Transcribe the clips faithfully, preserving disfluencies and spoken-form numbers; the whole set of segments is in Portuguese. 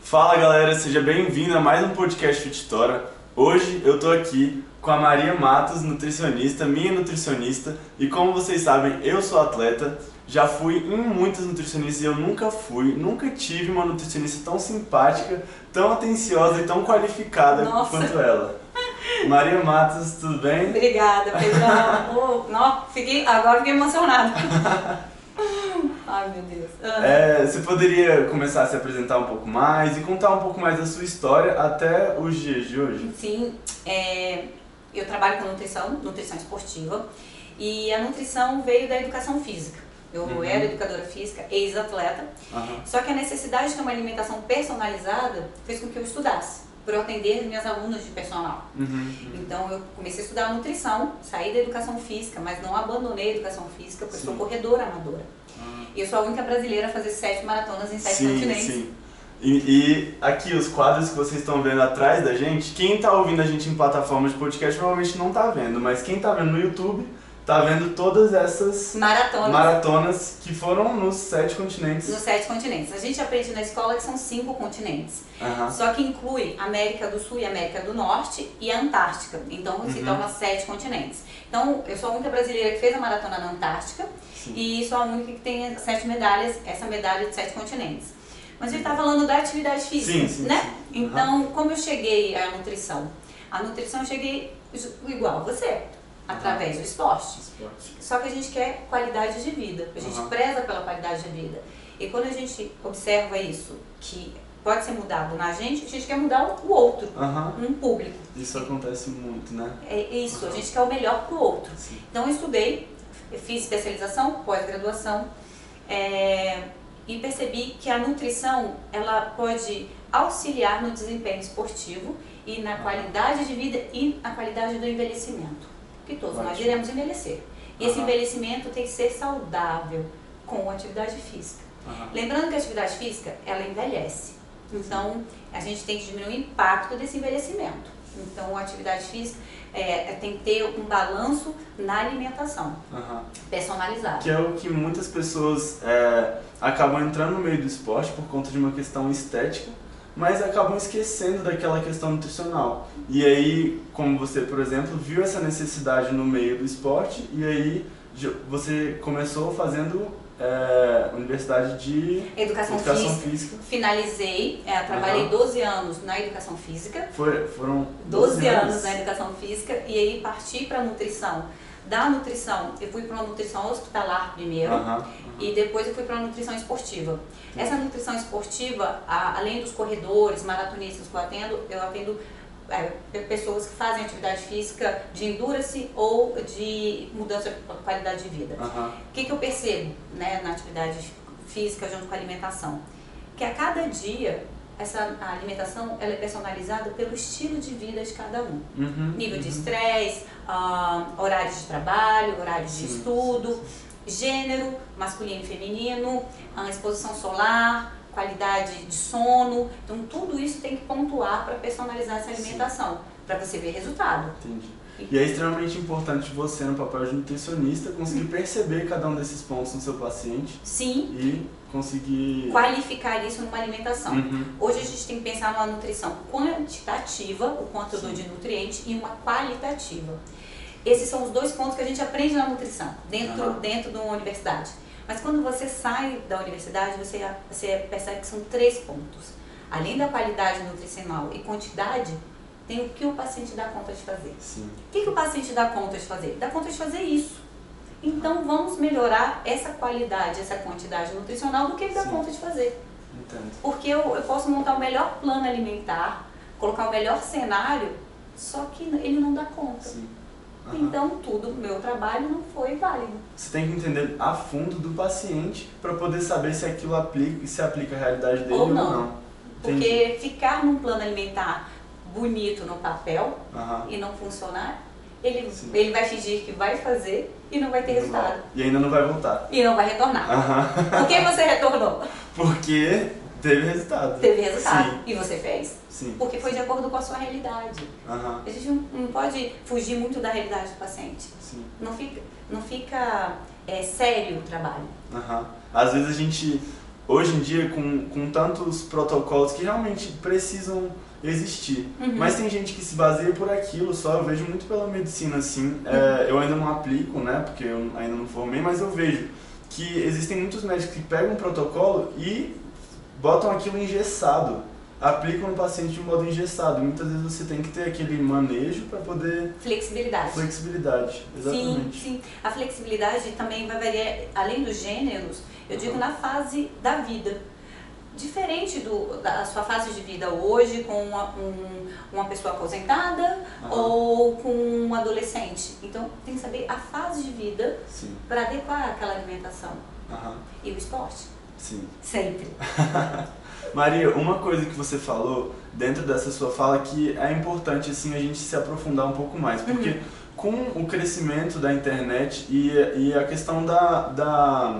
Fala galera, seja bem-vindo a mais um podcast Fititora. Hoje eu tô aqui com a Maria Matos, nutricionista, minha nutricionista, e como vocês sabem, eu sou atleta, já fui em muitas nutricionistas e eu nunca fui, nunca tive uma nutricionista tão simpática, tão atenciosa e tão qualificada Nossa. quanto ela. Maria Matos, tudo bem? Obrigada, Pedrão. Oh, não, fiquei, agora fiquei emocionada. Ai, meu Deus. Ah. É, você poderia começar a se apresentar um pouco mais e contar um pouco mais da sua história até os dias de hoje? Sim, é, eu trabalho com nutrição, nutrição esportiva, e a nutrição veio da educação física. Eu Uhum. era educadora física, ex-atleta, Uhum. só que a necessidade de ter uma alimentação personalizada fez com que eu estudasse, para eu atender minhas alunas de personal. Uhum. Então eu comecei a estudar nutrição, saí da educação física, mas não abandonei a educação física, porque Sim. sou corredora amadora. Uhum. E eu sou a única brasileira a fazer sete maratonas em sete Sim, continentes. sim. E, e aqui os quadros que vocês estão vendo atrás da gente, quem está ouvindo a gente em plataformas de podcast provavelmente não está vendo, mas quem está vendo no YouTube está vendo todas essas Maratonas. maratonas que foram nos sete continentes. Nos sete continentes. A gente aprende na escola que são cinco continentes. Aham. Só que inclui América do Sul e América do Norte e a Antártica. Então se Uhum. torna sete continentes. Então eu sou a única brasileira que fez a maratona na Antártica. Sim. E sou a única que tem sete medalhas, essa medalha de sete continentes. Mas a gente está falando da atividade física, Sim, sim, né? sim. Então, como eu cheguei à nutrição? A nutrição eu cheguei igual a você, através do esporte. Esporte. Só que a gente quer qualidade de vida, a gente Uhum. preza pela qualidade de vida. E quando a gente observa isso, que pode ser mudado na gente, a gente quer mudar o outro, Aham. um público. Isso acontece muito, né? É isso, Uhum. a gente quer o melhor para o outro. Sim. Então eu estudei, eu fiz especialização, pós-graduação, é, e percebi que a nutrição ela pode auxiliar no desempenho esportivo e na qualidade de vida e na qualidade do envelhecimento. Porque todos nós Ótimo. iremos envelhecer. E esse Aham. envelhecimento tem que ser saudável com atividade física. Aham. Lembrando que a atividade física, ela envelhece. Então, a gente tem que diminuir o impacto desse envelhecimento. Então, a atividade física é, tem que ter um balanço na alimentação, Aham. personalizado. Que é o que muitas pessoas é, acabam entrando no meio do esporte por conta de uma questão estética, mas acabam esquecendo daquela questão nutricional. E aí, como você, por exemplo, viu essa necessidade no meio do esporte, e aí jo- você começou fazendo é, universidade de Educação, educação física. física. Finalizei, é, trabalhei Aham. doze anos na educação física, Foi, foram doze anos na educação física, e aí parti para a nutrição. Da nutrição, eu fui para uma nutrição hospitalar primeiro, Aham, aham. e depois eu fui para uma nutrição esportiva. Essa nutrição esportiva, a- além dos corredores, maratonistas que eu atendo, eu atendo é, pessoas que fazem atividade física de endurance ou de mudança de qualidade de vida. Aham. O que, que eu percebo, né, na atividade física junto com a alimentação? Que a cada dia, essa a alimentação ela é personalizada pelo estilo de vida de cada um. Uhum, Nível de uhum. estresse, ah, horários de trabalho, horários de Sim, estudo, gênero, masculino e feminino, a exposição solar, qualidade de sono. Então tudo isso tem que pontuar para personalizar essa alimentação, para você ver resultado. Entendi. E é extremamente importante você, no papel de nutricionista, conseguir perceber cada um desses pontos no seu paciente Sim, e conseguir... qualificar isso numa alimentação. Uhum. Hoje a gente tem que pensar numa nutrição quantitativa, o quanto eu dou de nutriente, e uma qualitativa. Esses são os dois pontos que a gente aprende na nutrição, dentro, Aham. dentro de uma universidade. Mas quando você sai da universidade, você, você percebe que são três pontos. Além da qualidade nutricional e quantidade, tem o que o paciente dá conta de fazer. Sim. O que, que o paciente dá conta de fazer? Dá conta de fazer isso. Então vamos melhorar essa qualidade, essa quantidade nutricional do que ele dá Sim. conta de fazer. Entendo. Porque eu, eu posso montar o melhor plano alimentar, colocar o melhor cenário, só que ele não dá conta. Sim. Aham. Então tudo, o meu trabalho não foi válido. Você tem que entender a fundo do paciente para poder saber se aquilo aplica, se aplica à realidade dele Ou ou não. não. Entendi. Porque ficar num plano alimentar bonito no papel Aham. e não funcionar, ele, Sim. ele vai fingir que vai fazer e não vai ter Não resultado. vai. E ainda não vai voltar. E não vai retornar. Aham. Por que você retornou? Porque teve resultado. Teve resultado. Sim. E você fez? Sim. Porque foi de acordo com a sua realidade. Aham. A gente não, não pode fugir muito da realidade do paciente. Sim. Não fica, não fica é, sério o trabalho. Aham. Às vezes a gente hoje em dia, com, com tantos protocolos que realmente precisam existir. Uhum. Mas tem gente que se baseia por aquilo só, eu vejo muito pela medicina assim. Uhum. É, eu ainda não aplico, né, porque eu ainda não formei, mas eu vejo que existem muitos médicos que pegam um protocolo e botam aquilo engessado, aplicam no paciente de modo engessado. E muitas vezes você tem que ter aquele manejo para poder... Flexibilidade. Flexibilidade, exatamente. Sim, sim. A flexibilidade também vai variar, além dos gêneros, eu digo, uhum. na fase da vida. Diferente do, da sua fase de vida hoje com uma, um, uma pessoa aposentada uhum. ou com um adolescente. Então, tem que saber a fase de vida para adequar aquela alimentação. Uhum. E o esporte. Sim. Sempre. Maria, uma coisa que você falou dentro dessa sua fala que é importante assim, a gente se aprofundar um pouco mais. Porque uhum. com o crescimento da internet e, e a questão da, da,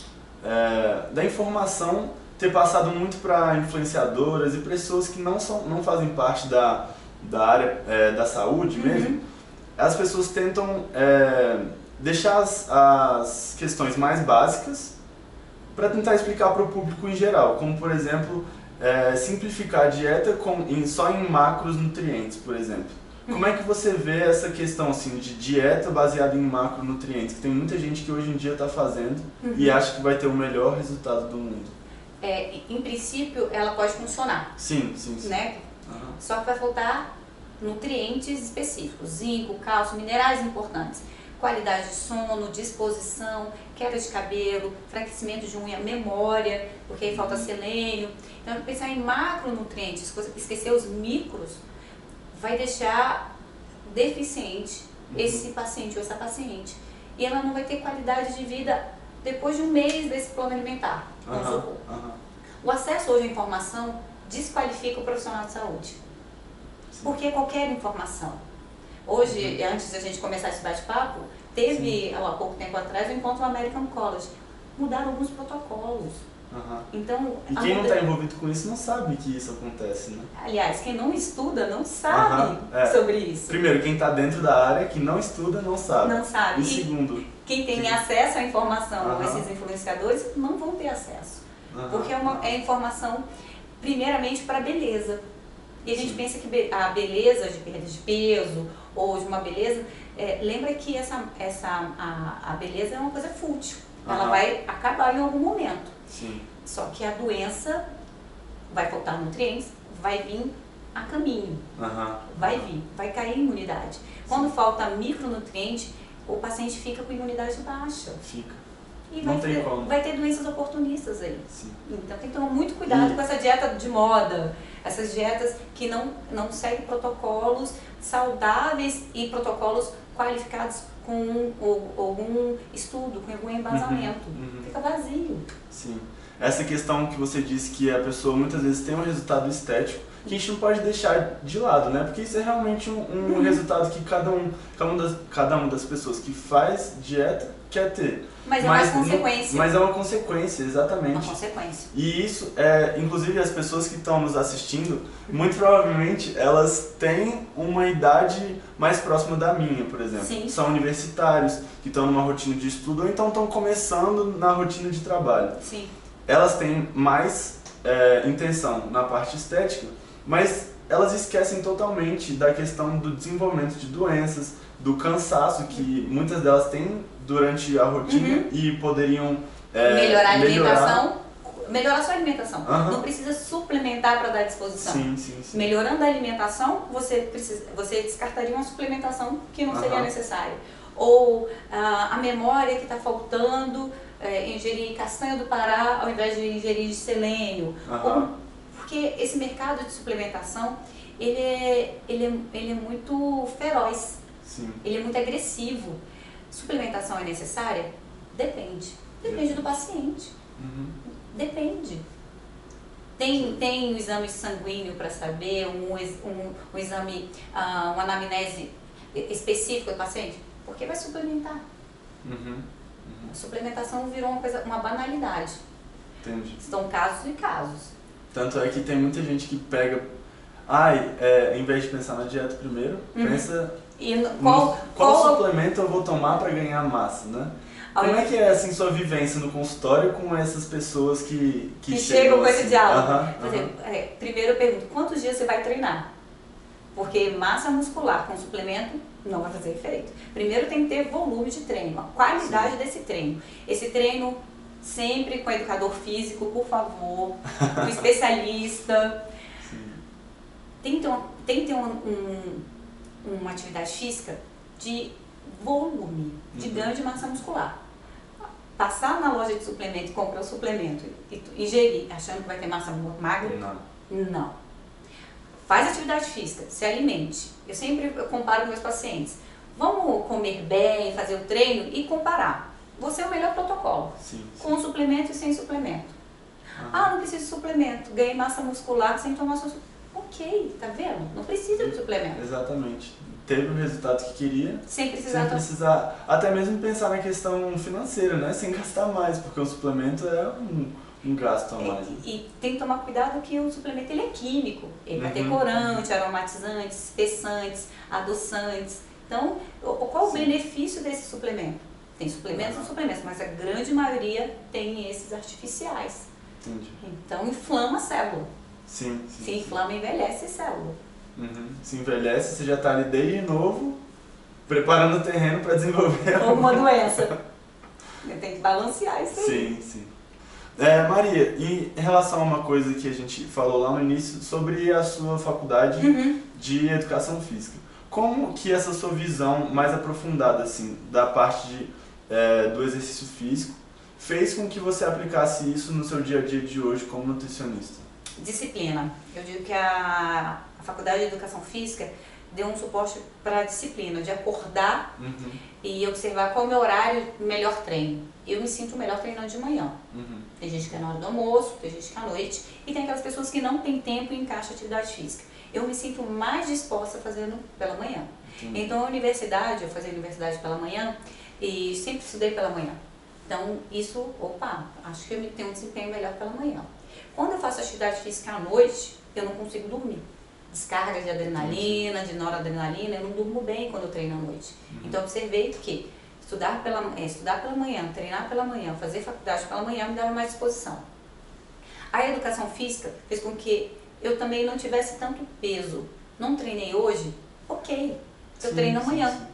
é, da informação ter passado muito para influenciadoras e pessoas que não, são, não fazem parte da, da área é, da saúde mesmo, uhum. as pessoas tentam é, deixar as, as questões mais básicas para tentar explicar para o público em geral, como por exemplo, é, simplificar a dieta com, em, só em macronutrientes, por exemplo. Como é que você vê essa questão assim, de dieta baseada em macronutrientes, que tem muita gente que hoje em dia está fazendo uhum. e acha que vai ter o melhor resultado do mundo? É, em princípio, ela pode funcionar. Sim, sim, sim. Né? Uhum. Só que vai faltar nutrientes específicos, zinco, cálcio, minerais importantes. Qualidade de sono, disposição, queda de cabelo, enfraquecimento de unha, memória, porque aí falta selênio. Então, pensar em macronutrientes, esquecer os micros, vai deixar deficiente uhum. esse paciente ou essa paciente. E ela não vai ter qualidade de vida depois de um mês desse plano alimentar. Vamos uhum, supor. uhum. O acesso hoje à informação desqualifica o profissional de saúde. Sim. Porque qualquer informação. Hoje, uhum. antes de a gente começar esse bate-papo, teve, há pouco tempo atrás, o encontro American College. Mudaram alguns protocolos. Uhum. Então, e quem não está envolvido com isso não sabe que isso acontece, né? Aliás, quem não estuda não sabe uhum. é. sobre isso. Primeiro, quem está dentro da área, que não estuda, não sabe. Não sabe. E, e segundo... Quem tem quem... acesso à informação, uhum. esses influenciadores, não vão ter acesso. Uhum. Porque é, uma, é informação, primeiramente, para beleza. E a gente Sim. pensa que a beleza de perda de peso ou de uma beleza... É, lembra que essa, essa, a, a beleza é uma coisa fútil. Uhum. Ela vai acabar em algum momento. Sim. Só que a doença vai faltar nutrientes, vai vir a caminho. Uhum. Vai vir, vai cair a imunidade. Quando falta micronutriente, o paciente fica com imunidade baixa. Fica. E Não vai, tem ter, como. vai ter doenças oportunistas aí. Sim. Então tem que tomar muito cuidado e... com essa dieta de moda. Essas dietas que não, não seguem protocolos saudáveis e protocolos qualificados com algum estudo, com algum embasamento. Uhum, uhum. Fica vazio. Sim. Essa questão que você disse que a pessoa muitas vezes tem um resultado estético, que a gente não pode deixar de lado, né? Porque isso é realmente um, um uhum. resultado que cada um, cada, um das, cada uma das pessoas que faz dieta quer ter. Mas é uma consequência. Não, mas é uma consequência, exatamente. Uma consequência. E isso, é, inclusive as pessoas que estão nos assistindo, muito provavelmente elas têm uma idade mais próxima da minha, por exemplo. Sim. São universitários que estão numa rotina de estudo ou então estão começando na rotina de trabalho. Sim. Elas têm mais é, intenção na parte estética, mas elas esquecem totalmente da questão do desenvolvimento de doenças, do cansaço que muitas delas têm durante a rotina uhum. e poderiam é, melhorar a alimentação, melhorar, melhorar a sua alimentação. Uhum. Não precisa suplementar para dar disposição. Sim, sim, sim. Melhorando a alimentação, você, precisa, você descartaria uma suplementação que não seria uhum. necessária. Ou ah, a memória que está faltando, é, ingerir castanha do Pará ao invés de ingerir selênio. Uhum. Ou, porque esse mercado de suplementação, ele é, ele é, ele é muito feroz. Sim. Ele é muito agressivo. Suplementação é necessária? Depende. Depende do paciente. Uhum. Depende. Tem, tem um exame sanguíneo para saber, um, um, um exame, uh, uma anamnese específica do paciente? Porque vai suplementar. Uhum. Uhum. A suplementação virou uma, coisa, uma banalidade. Entendi. São casos e casos. Tanto é que tem muita gente que pega... Ai, é, em vez de pensar na dieta primeiro, uhum. pensa... E qual, qual, qual suplemento eu vou tomar para ganhar massa, né? Como é que é assim sua vivência no consultório com essas pessoas que, que, que chegam chegam com assim? esse diálogo? Aham, Por exemplo, é, primeiro eu pergunto, quantos dias você vai treinar? Porque massa muscular com suplemento não vai fazer efeito. Primeiro tem que ter volume de treino, a qualidade Sim. desse treino. Esse treino sempre com educador físico, por favor, um especialista. Sim. Tem que ter, uma, tem que ter um, um, uma atividade física de volume, de uhum. ganho de massa muscular. Passar na loja de suplemento e comprar o suplemento e ingerir achando que vai ter massa magra? Não. Não. Faz atividade física, se alimente. Eu sempre comparo com meus pacientes. Vamos comer bem, fazer o treino e comparar. Você é o melhor protocolo. Sim, sim. Com suplemento e sem suplemento. Uhum. Ah, não preciso de suplemento. Ganhei massa muscular sem tomar suplemento. Ok, tá vendo? Não precisa de suplemento. Exatamente. Teve o resultado que queria. Sem precisar. Sem precisar. Até mesmo pensar na questão financeira, né? Sem gastar mais, porque o suplemento é um, um gasto a mais. E, e tem que tomar cuidado que o suplemento ele é químico. Ele vai uhum. ter corante, aromatizantes, espessantes, adoçantes. Então, qual o Sim. benefício desse suplemento? Tem suplementos uhum. e suplementos, mas a grande maioria tem esses artificiais. Entendi. Então, inflama a célula. Sim, sim. Se inflama, sim. envelhece a célula. Uhum. Se envelhece, você já está ali desde novo, preparando o terreno para desenvolver alguma doença. Tem que balancear isso aí. Sim, sim. É, Maria, em relação a uma coisa que a gente falou lá no início sobre a sua faculdade uhum. de educação física. Como que essa sua visão mais aprofundada assim, da parte de, é, do exercício físico fez com que você aplicasse isso no seu dia a dia de hoje como nutricionista? Disciplina. Eu digo que a, a Faculdade de Educação Física deu um suporte para a disciplina, de acordar uhum. e observar qual é o meu horário melhor treino. Eu me sinto melhor treinando de manhã. Uhum. Tem gente que é na hora do almoço, tem gente que é à noite, e tem aquelas pessoas que não têm tempo e encaixam atividade física. Eu me sinto mais disposta fazendo pela manhã. Entendi. Então a universidade, eu fazia universidade pela manhã e sempre estudei pela manhã. Então isso, opa, acho que eu tenho um desempenho melhor pela manhã. Quando eu faço atividade física à noite, eu não consigo dormir. Descarga de adrenalina, de noradrenalina, eu não durmo bem quando eu treino à noite. Uhum. Então eu observei que estudar pela, é, estudar pela manhã, treinar pela manhã, fazer faculdade pela manhã me dava mais disposição. A educação física fez com que eu também não tivesse tanto peso. Não treinei hoje? Ok, eu sim, treino amanhã. Sim, sim.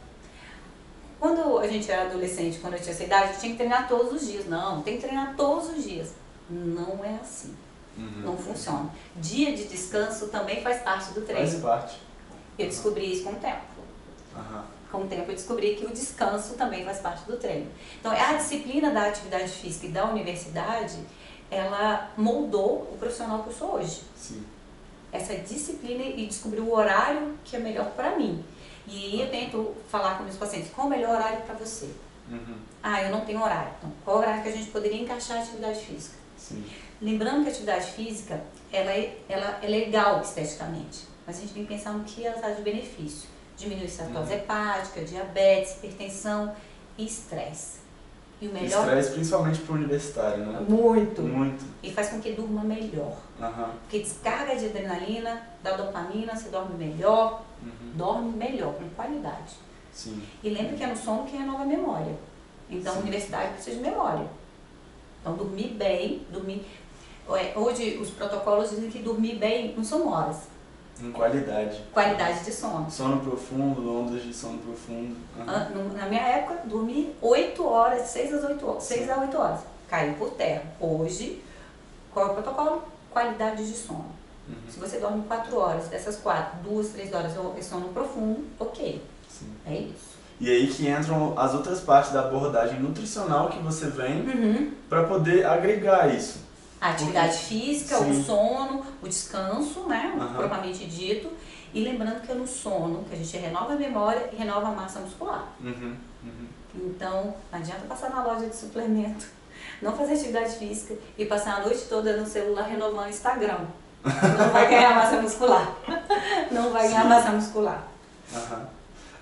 Quando a gente era adolescente, quando eu tinha essa idade, eu tinha que treinar todos os dias. Não, tem que treinar todos os dias. Não é assim. Uhum. Não funciona. Dia de descanso também faz parte do treino. Faz parte. Eu descobri isso com o tempo. Uhum. Com o tempo eu descobri que o descanso também faz parte do treino. Então, a disciplina da atividade física e da universidade, ela moldou o profissional que eu sou hoje. Sim. Essa disciplina e descobrir o horário que é melhor para mim. E aí eu tento falar com meus pacientes, qual é o melhor horário para você? Uhum. Ah, eu não tenho horário. Então, qual horário que a gente poderia encaixar a atividade física? Sim. Lembrando que a atividade física, ela é, ela é legal esteticamente, mas a gente tem que pensar no que ela traz de benefício. Diminui cetose uhum. hepática, diabetes, hipertensão e estresse. E o melhor... Estresse principalmente para o universitário, né? Muito. Muito. E faz com que durma melhor. Uhum. Porque descarga de adrenalina, da dopamina, você dorme melhor, uhum. dorme melhor, com qualidade. Sim. E lembra que é no sono que renova a memória. Então, sim. o universitário precisa de memória. Então, dormir bem, dormir... Hoje, os protocolos dizem que dormir bem não são horas. Em qualidade. Qualidade de sono. Sono profundo, ondas de sono profundo. Uhum. Na minha época, dormi oito horas, seis às oito horas, seis a oito horas. Caiu por terra. Hoje, qual é o protocolo? Qualidade de sono. Uhum. Se você dorme quatro horas, dessas quatro, duas, três horas é sono profundo, ok. Sim. É isso. E aí que entram as outras partes da abordagem nutricional que você vem uhum. para poder agregar isso. A atividade Porque, sim. o sono, o descanso, né, uhum. propriamente dito. E lembrando que é no sono que a gente renova a memória e renova a massa muscular. Uhum. Uhum. Então, não adianta passar na loja de suplemento, não fazer atividade física e passar a noite toda no celular renovando o Instagram. Não vai ganhar massa muscular. Não vai ganhar Sim. massa muscular. Uhum.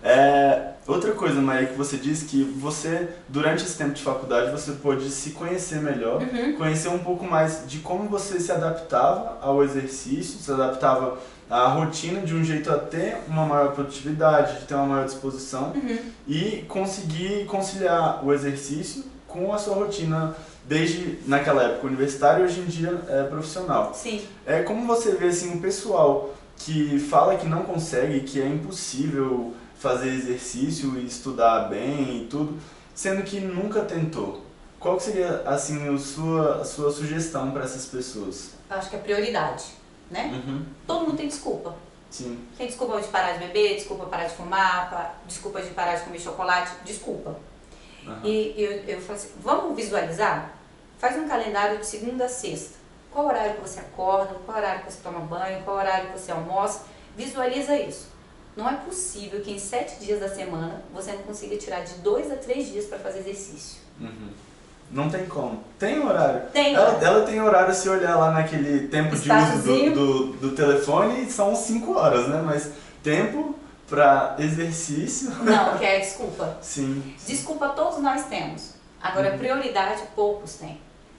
É, outra coisa, Maria, que você disse que você, durante esse tempo de faculdade, você pôde se conhecer melhor, Uhum. conhecer um pouco mais de como você se adaptava ao exercício, se adaptava à rotina de um jeito a ter uma maior produtividade, de ter uma maior disposição Uhum. e conseguir conciliar o exercício com a sua rotina desde naquela época universitária e hoje em dia é, profissional. Sim. É, como você vê assim, o pessoal que fala que não consegue, que é impossível fazer exercício e estudar bem e tudo, sendo que nunca tentou. Qual que seria assim a sua, a sua sugestão para essas pessoas? Eu acho que é prioridade, né? Uhum. Todo mundo tem desculpa. Sim. Tem desculpa de parar de beber, desculpa parar de fumar, pa- desculpa de parar de comer chocolate, desculpa. Uhum. E eu, eu falo assim, vamos visualizar? Faz um calendário de segunda a sexta. Qual horário que você acorda, qual horário que você toma banho, qual horário que você almoça. Visualiza isso. Não é possível que em sete dias da semana você não consiga tirar de dois a três dias para fazer exercício. Uhum. Não tem como. Tem horário. Tem Ela, horário. ela tem horário se olhar lá naquele tempo de uso Estatozinho. do, do, do telefone, são cinco horas, né? Mas tempo para exercício... Não, que é desculpa. Sim. Desculpa todos nós temos. Agora, Uhum. prioridade poucos têm.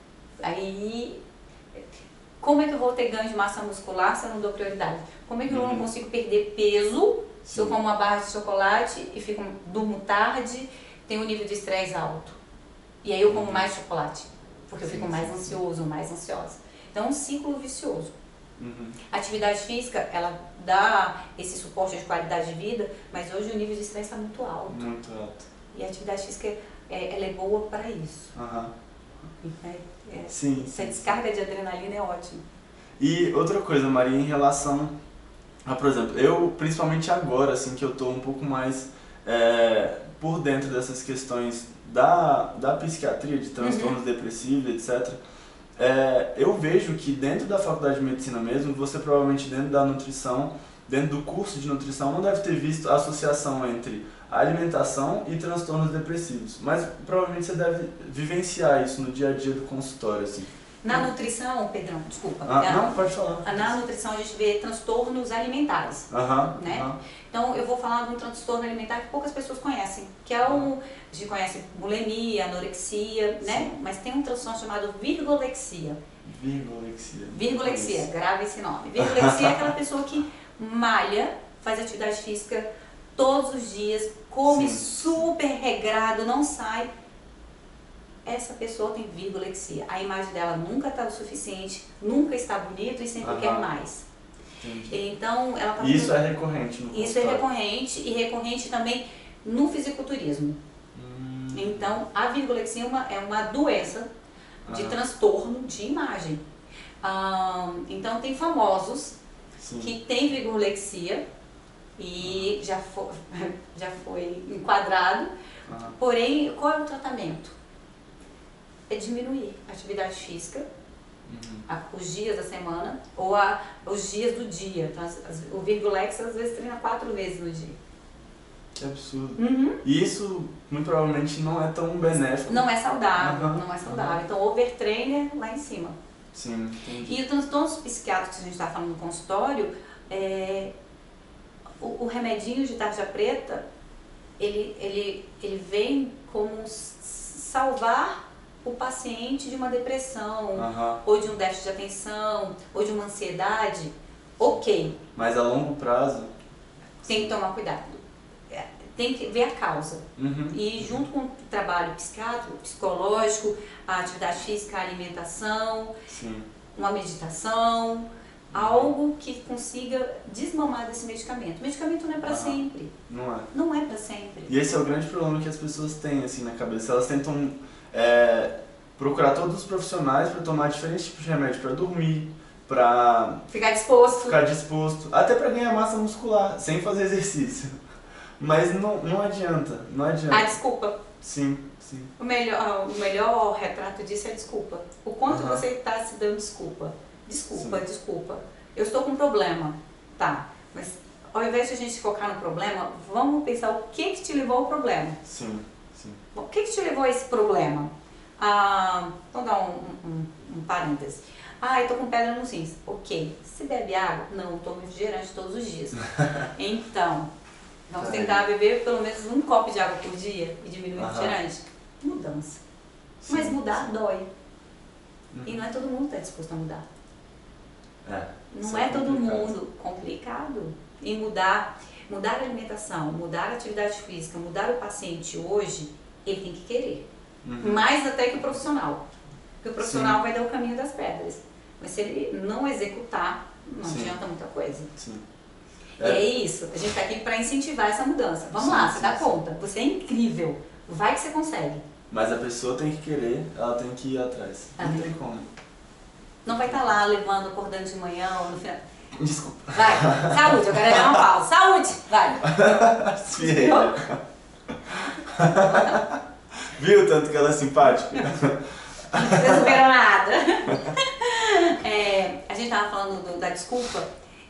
Aí, como é que eu vou ter ganho de massa muscular se eu não dou prioridade? Como é que eu não Uhum. consigo perder peso se eu Sim. como uma barra de chocolate e fico, durmo tarde, tenho um nível de estresse alto? E aí eu como Uhum. mais chocolate, porque eu Sim, fico mais sim, sim. ansioso, mais ansiosa. Então, é um ciclo vicioso. Uhum. A atividade física, ela dá esse suporte de qualidade de vida, mas hoje o nível de estresse está muito alto. Muito alto. E a atividade física, é, ela é boa para isso. Aham. É, é, Sim. essa descarga de adrenalina é ótima. E outra coisa, Maria, em relação a, por exemplo, eu, principalmente agora, assim, que eu tô um pouco mais é, por dentro dessas questões da, da psiquiatria, de transtornos Uhum. depressivos, etcétera, é, eu vejo que dentro da faculdade de medicina mesmo, você provavelmente dentro da nutrição, dentro do curso de nutrição, não deve ter visto a associação entre a alimentação e transtornos depressivos, mas provavelmente você deve vivenciar isso no dia a dia do consultório, assim. Na nutrição, Pedrão, desculpa. Ah, na, não, pode falar. na nutrição a gente vê transtornos alimentares. Aham, Né? aham. Então eu vou falar de um transtorno alimentar que poucas pessoas conhecem, que é o, a gente conhece bulimia, anorexia, né? Sim. Mas tem um transtorno chamado virgolexia. Virgolexia. Virgolexia, grave esse nome. Virgolexia é aquela pessoa que malha, faz atividade física todos os dias, come Sim. super regrado, não sai. Essa pessoa tem virgolexia. A imagem dela nunca está o suficiente, nunca está bonito e sempre Aham. quer mais. Entendi. Então, ela tá Isso é recorrente no Isso é consultório. recorrente e recorrente também no fisiculturismo. Hum, Então, a virgulexia é uma, é uma doença de aham. transtorno de imagem. Ah, então, tem famosos Sim. que têm virgulexia e já foi, já foi enquadrado. Aham. Porém, qual é o tratamento? É diminuir a atividade física, Uhum. a- os dias da semana ou a, os dias do dia. Então, as- as- o virgulex às vezes treina quatro vezes no dia. Que absurdo. Uhum. E isso, muito provavelmente, não é tão benéfico. Não é saudável, Aham, não é saudável. Então, overtrainer lá em cima. Sim, entendi. E os transtornos psiquiátricos que a gente está falando no consultório, é, o, o remedinho de tarja preta, ele, ele, ele vem como s- salvar o paciente de uma depressão, Aham. ou de um déficit de atenção, ou de uma ansiedade. Ok, Mas a longo prazo... tem que tomar cuidado. É, tem que ver a causa. Uhum. E junto com o trabalho psiquiátrico, psicológico, a atividade física, a alimentação, Sim. uma meditação, algo que consiga desmamar desse medicamento. O medicamento não é para Aham. sempre. Não é. Não é para sempre. E esse é o grande problema que as pessoas têm, assim, na cabeça. Elas tentam é, procurar todos os profissionais para tomar diferentes tipos de remédio para dormir, para Ficar disposto. ficar disposto, até para ganhar massa muscular, sem fazer exercício. Mas não, não adianta, não adianta. Ah, desculpa. Sim, sim. O melhor, o melhor retrato disso é desculpa. O quanto Aham. você está se dando desculpa. Desculpa, Sim. desculpa. Eu estou com um problema. Tá, mas ao invés de a gente focar no problema, vamos pensar o que que te levou ao problema. Sim, sim. O que que te levou a esse problema? Ah, vamos dar um, um, um parêntese. Ah, eu tô com pedra nos rins. Ok. Você bebe água? Não, eu tomo refrigerante todos os dias. Então, Vamos Tá. tentar beber pelo menos um copo de água por dia e diminuir o Aham. refrigerante. Mudança. Sim, Mas mudar sim. dói. Uhum. E não é todo mundo que está disposto a mudar. É, Não isso é todo complicado. mundo complicado. E mudar, mudar a alimentação, mudar a atividade física, mudar o paciente hoje, ele tem que querer. Uhum. Mais até que o profissional. Porque o profissional Sim. vai dar o caminho das pedras. Mas se ele não executar, não Sim. adianta muita coisa. Sim. E é isso, a gente está aqui para incentivar essa mudança. Vamos Sim, lá, sim, você dá sim. conta, você é incrível, vai que você consegue. Mas a pessoa tem que querer, ela tem que ir atrás. Não Amém. tem como. Não vai estar lá levando, acordando de manhã ou no final. Desculpa. Vai, saúde, eu quero dar uma pausa. Saúde, vai. Desfiei. Viu tanto que ela é simpática? Vocês não viram nada. É, a gente estava falando do- da desculpa.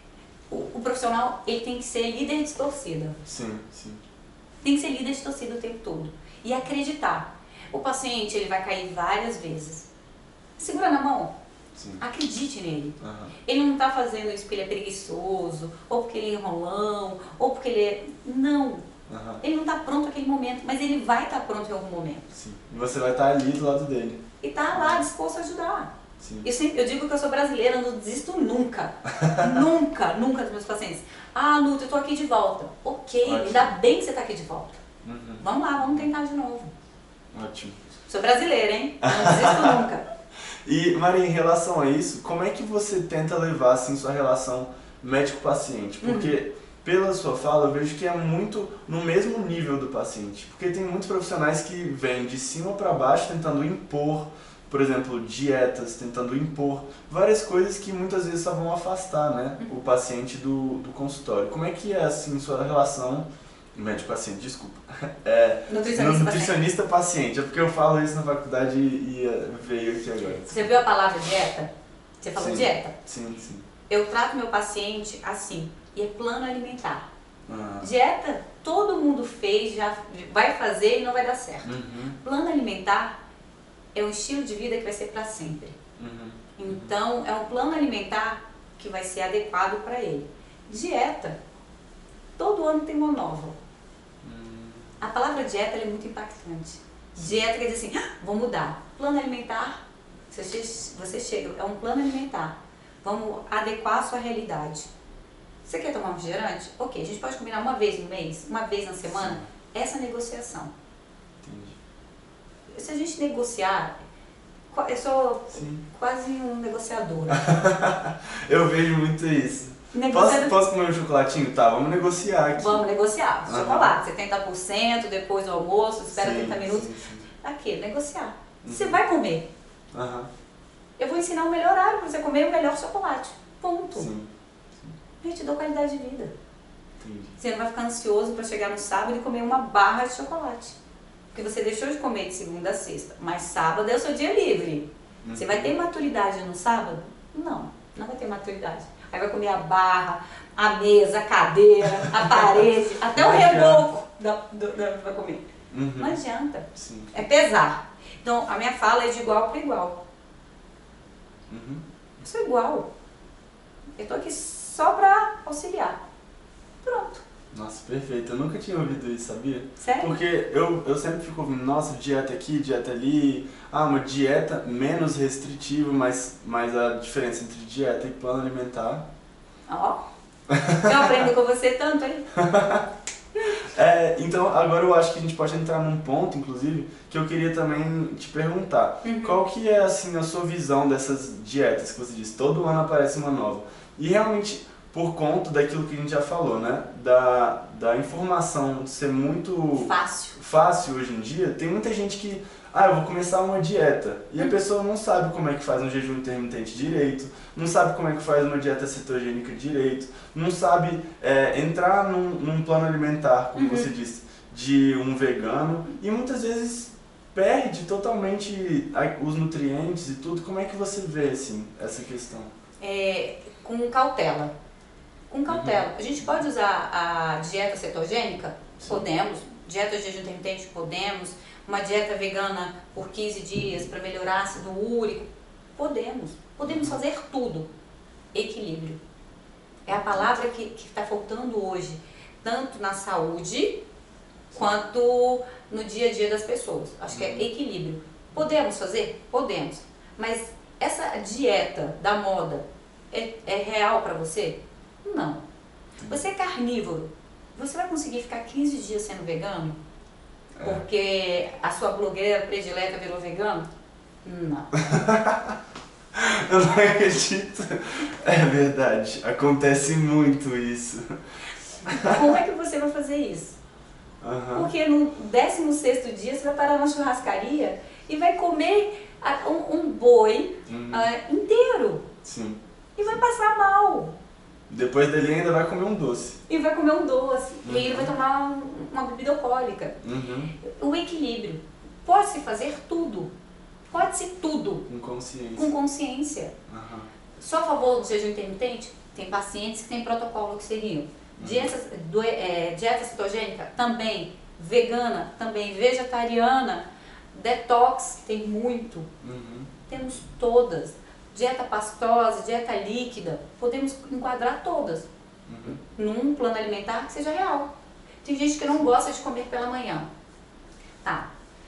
O, o profissional, ele tem que ser líder de torcida. Sim, sim. Tem que ser líder de torcida o tempo todo. E acreditar. O paciente, ele vai cair várias vezes. Segura na mão. Sim. Acredite nele. Aham. Ele não está fazendo isso porque ele é preguiçoso, ou porque ele é enrolão, ou porque ele é... Não. Aham. Ele não está pronto naquele momento, mas ele vai estar pronto em algum momento. Sim. E você vai estar ali do lado dele. E está lá disposto a ajudar. Sim. Eu, sempre, eu digo que eu sou brasileira, eu não desisto nunca. nunca, nunca dos meus pacientes. Ah, Nuta, eu tô aqui de volta. Ok, Ótimo. ainda bem que você tá aqui de volta. Uhum. Vamos lá, vamos tentar de novo. Ótimo. Sou brasileira, hein? Não desisto nunca. E, Maria, em relação a isso, como é que você tenta levar, assim, sua relação médico-paciente? Porque, pela sua fala, eu vejo que é muito no mesmo nível do paciente. Porque tem muitos profissionais que vêm de cima para baixo tentando impor, por exemplo, dietas, tentando impor várias coisas que muitas vezes só vão afastar, né, o paciente do, do consultório. Como é que é, assim, sua relação médico-paciente, desculpa, é, Nutricionista, nutricionista-paciente? É porque eu falo isso na faculdade e, e veio aqui agora. Você viu a palavra dieta? Você falou Sim. dieta. Sim, sim. Eu trato meu paciente assim, e é plano alimentar. Ah. Dieta, todo mundo fez, já vai fazer e não vai dar certo. Uhum, Plano alimentar é um estilo de vida que vai ser para sempre. uhum. Então, é um plano alimentar que vai ser adequado para ele. Dieta, todo ano tem uma nova. Hum, A palavra dieta ela é muito impactante. Dieta quer dizer assim, ah, vou mudar. Plano alimentar, você, che- você chega, é um plano alimentar. Vamos adequar a sua realidade. Você quer tomar um refrigerante? Ok, a gente pode combinar uma vez no mês, uma vez na semana. Essa negociação. entendi. Se a gente negociar, qua- eu sou Sim. quase um negociador. Eu vejo muito isso. Posso, Negociador. posso comer um chocolatinho? Tá, vamos negociar aqui. Vamos negociar. Aham. Chocolate, setenta por cento, depois do almoço, espera Sim, trinta minutos. sim, sim. Aqui, negociar. Uhum. Você vai comer. Aham, Eu vou ensinar o melhor horário para você comer o melhor chocolate. Ponto. sim, Eu te dou qualidade de vida. entendi. Você não vai ficar ansioso para chegar no sábado e comer uma barra de chocolate. Porque você deixou de comer de segunda a sexta, mas sábado é o seu dia livre. Uhum. Você vai ter maturidade no sábado? Não, não vai ter maturidade. Aí vai comer a barra, a mesa, a cadeira, a parede, até o Não adianta. reboco da, do, da, vai comer. Uhum. Não adianta. Sim. É pesar. Então, a minha fala é de igual para igual. Uhum. Eu sou igual. Eu tô aqui só para auxiliar. Pronto. Nossa, perfeito. Eu nunca tinha ouvido isso, sabia? Sério? Porque eu, eu sempre fico ouvindo, nossa, dieta aqui, dieta ali. Ah, uma dieta menos restritiva, mas, mas a diferença entre dieta e plano alimentar. Ó. Eu aprendo com você tanto, hein? É, então, agora eu acho que a gente pode entrar num ponto, inclusive, que eu queria também te perguntar. Uhum. Qual que é, assim, a sua visão dessas dietas que você disse? Todo ano aparece uma nova. E realmente, por conta daquilo que a gente já falou, né? Da, da informação ser muito Fácil. fácil hoje em dia, tem muita gente que, ah, eu vou começar uma dieta. E a Uhum. pessoa não sabe como é que faz um jejum intermitente direito, não sabe como é que faz uma dieta cetogênica direito, não sabe é, entrar num, num plano alimentar, como Uhum. você disse, de um vegano, e muitas vezes perde totalmente a- os nutrientes e tudo. Como é que você vê, assim, essa questão? É, com cautela. Com cautela. A gente pode usar a dieta cetogênica? Sim. Podemos. Dieta de jejum intermitente? Podemos. Uma dieta vegana por quinze dias para melhorar ácido úrico? Podemos. Podemos fazer tudo. Equilíbrio. É a palavra que está faltando hoje. tanto na saúde quanto no dia a dia das pessoas. Acho que é equilíbrio. Podemos fazer? Podemos. Mas essa dieta da moda é, é real para você? Não. Você é carnívoro. Você vai conseguir ficar quinze dias sendo vegano? É. Porque a sua blogueira predileta virou vegano? Não. Eu não acredito. É verdade. Acontece muito isso. Como é que você vai fazer isso? Uhum. Porque no décimo sexto dia você vai parar na churrascaria e vai comer um, um boi uhum. uh, inteiro. Sim. E vai passar mal. Depois dele ainda vai comer um doce. E vai comer um doce. Uhum. E aí ele vai tomar um, uma bebida alcoólica. Uhum. O equilíbrio. Pode-se fazer tudo. Pode-se tudo. Com consciência. Com consciência. Uhum. Só a favor do jejum intermitente? Tem pacientes que têm protocolo que seriam. Dieta, do, é, dieta cetogênica? Também. Vegana? Também. Vegetariana? Detox? Tem muito. Uhum. Temos todas. Dieta pastosa, dieta líquida, podemos enquadrar todas. Uhum. Num plano alimentar que seja real. Tem gente que não gosta de comer pela manhã. Tá.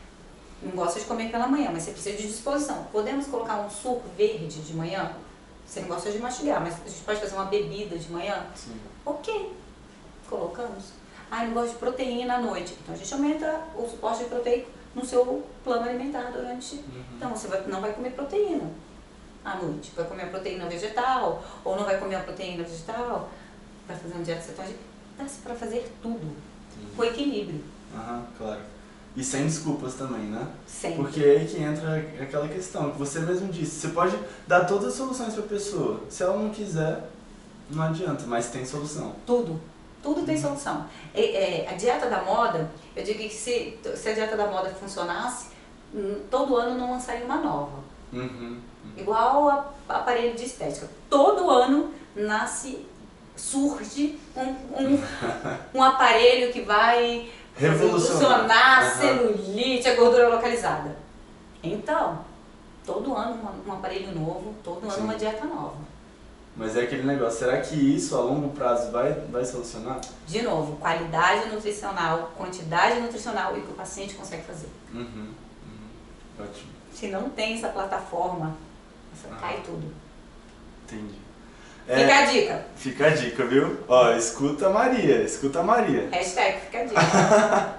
Não gosta de comer pela manhã, mas você precisa de disposição. Podemos colocar um suco verde de manhã? Você não gosta de mastigar, mas a gente pode fazer uma bebida de manhã? Sim. Ok. Colocamos. Ah, eu não gosto de proteína à noite. Então a gente aumenta o suporte proteico no seu plano alimentar durante... Uhum. Então você vai, não vai comer proteína à noite. Vai comer a proteína vegetal, ou não vai comer a proteína vegetal, vai fazer uma dieta cetogênica. Dá-se para fazer tudo, uhum. com equilíbrio. Aham, claro. E sem desculpas também, né? Sempre. Porque é aí que entra aquela questão, que você mesmo disse, você pode dar todas as soluções para a pessoa. Se ela não quiser, não adianta, mas tem solução. Tudo. Tudo tem solução. É, é, a dieta da moda, eu digo que se, se a dieta da moda funcionasse, todo ano não lançaria uma nova. Uhum, uhum. Igual a, a aparelho de estética. Todo ano nasce, surge um, um, um aparelho que vai revolucionar a celulite, a gordura localizada. Então, todo ano um, um aparelho novo, todo ano Sim. uma dieta nova. Mas é aquele negócio, será que isso a longo prazo vai, vai solucionar? De novo, qualidade nutricional, quantidade nutricional e o que o paciente consegue fazer. Uhum, uhum. Ótimo. Se não tem essa plataforma, ah. cai tudo. Entendi. Fica é, a dica. Fica a dica, viu? Ó, escuta a Maria, escuta a Maria. Hashtag fica a dica.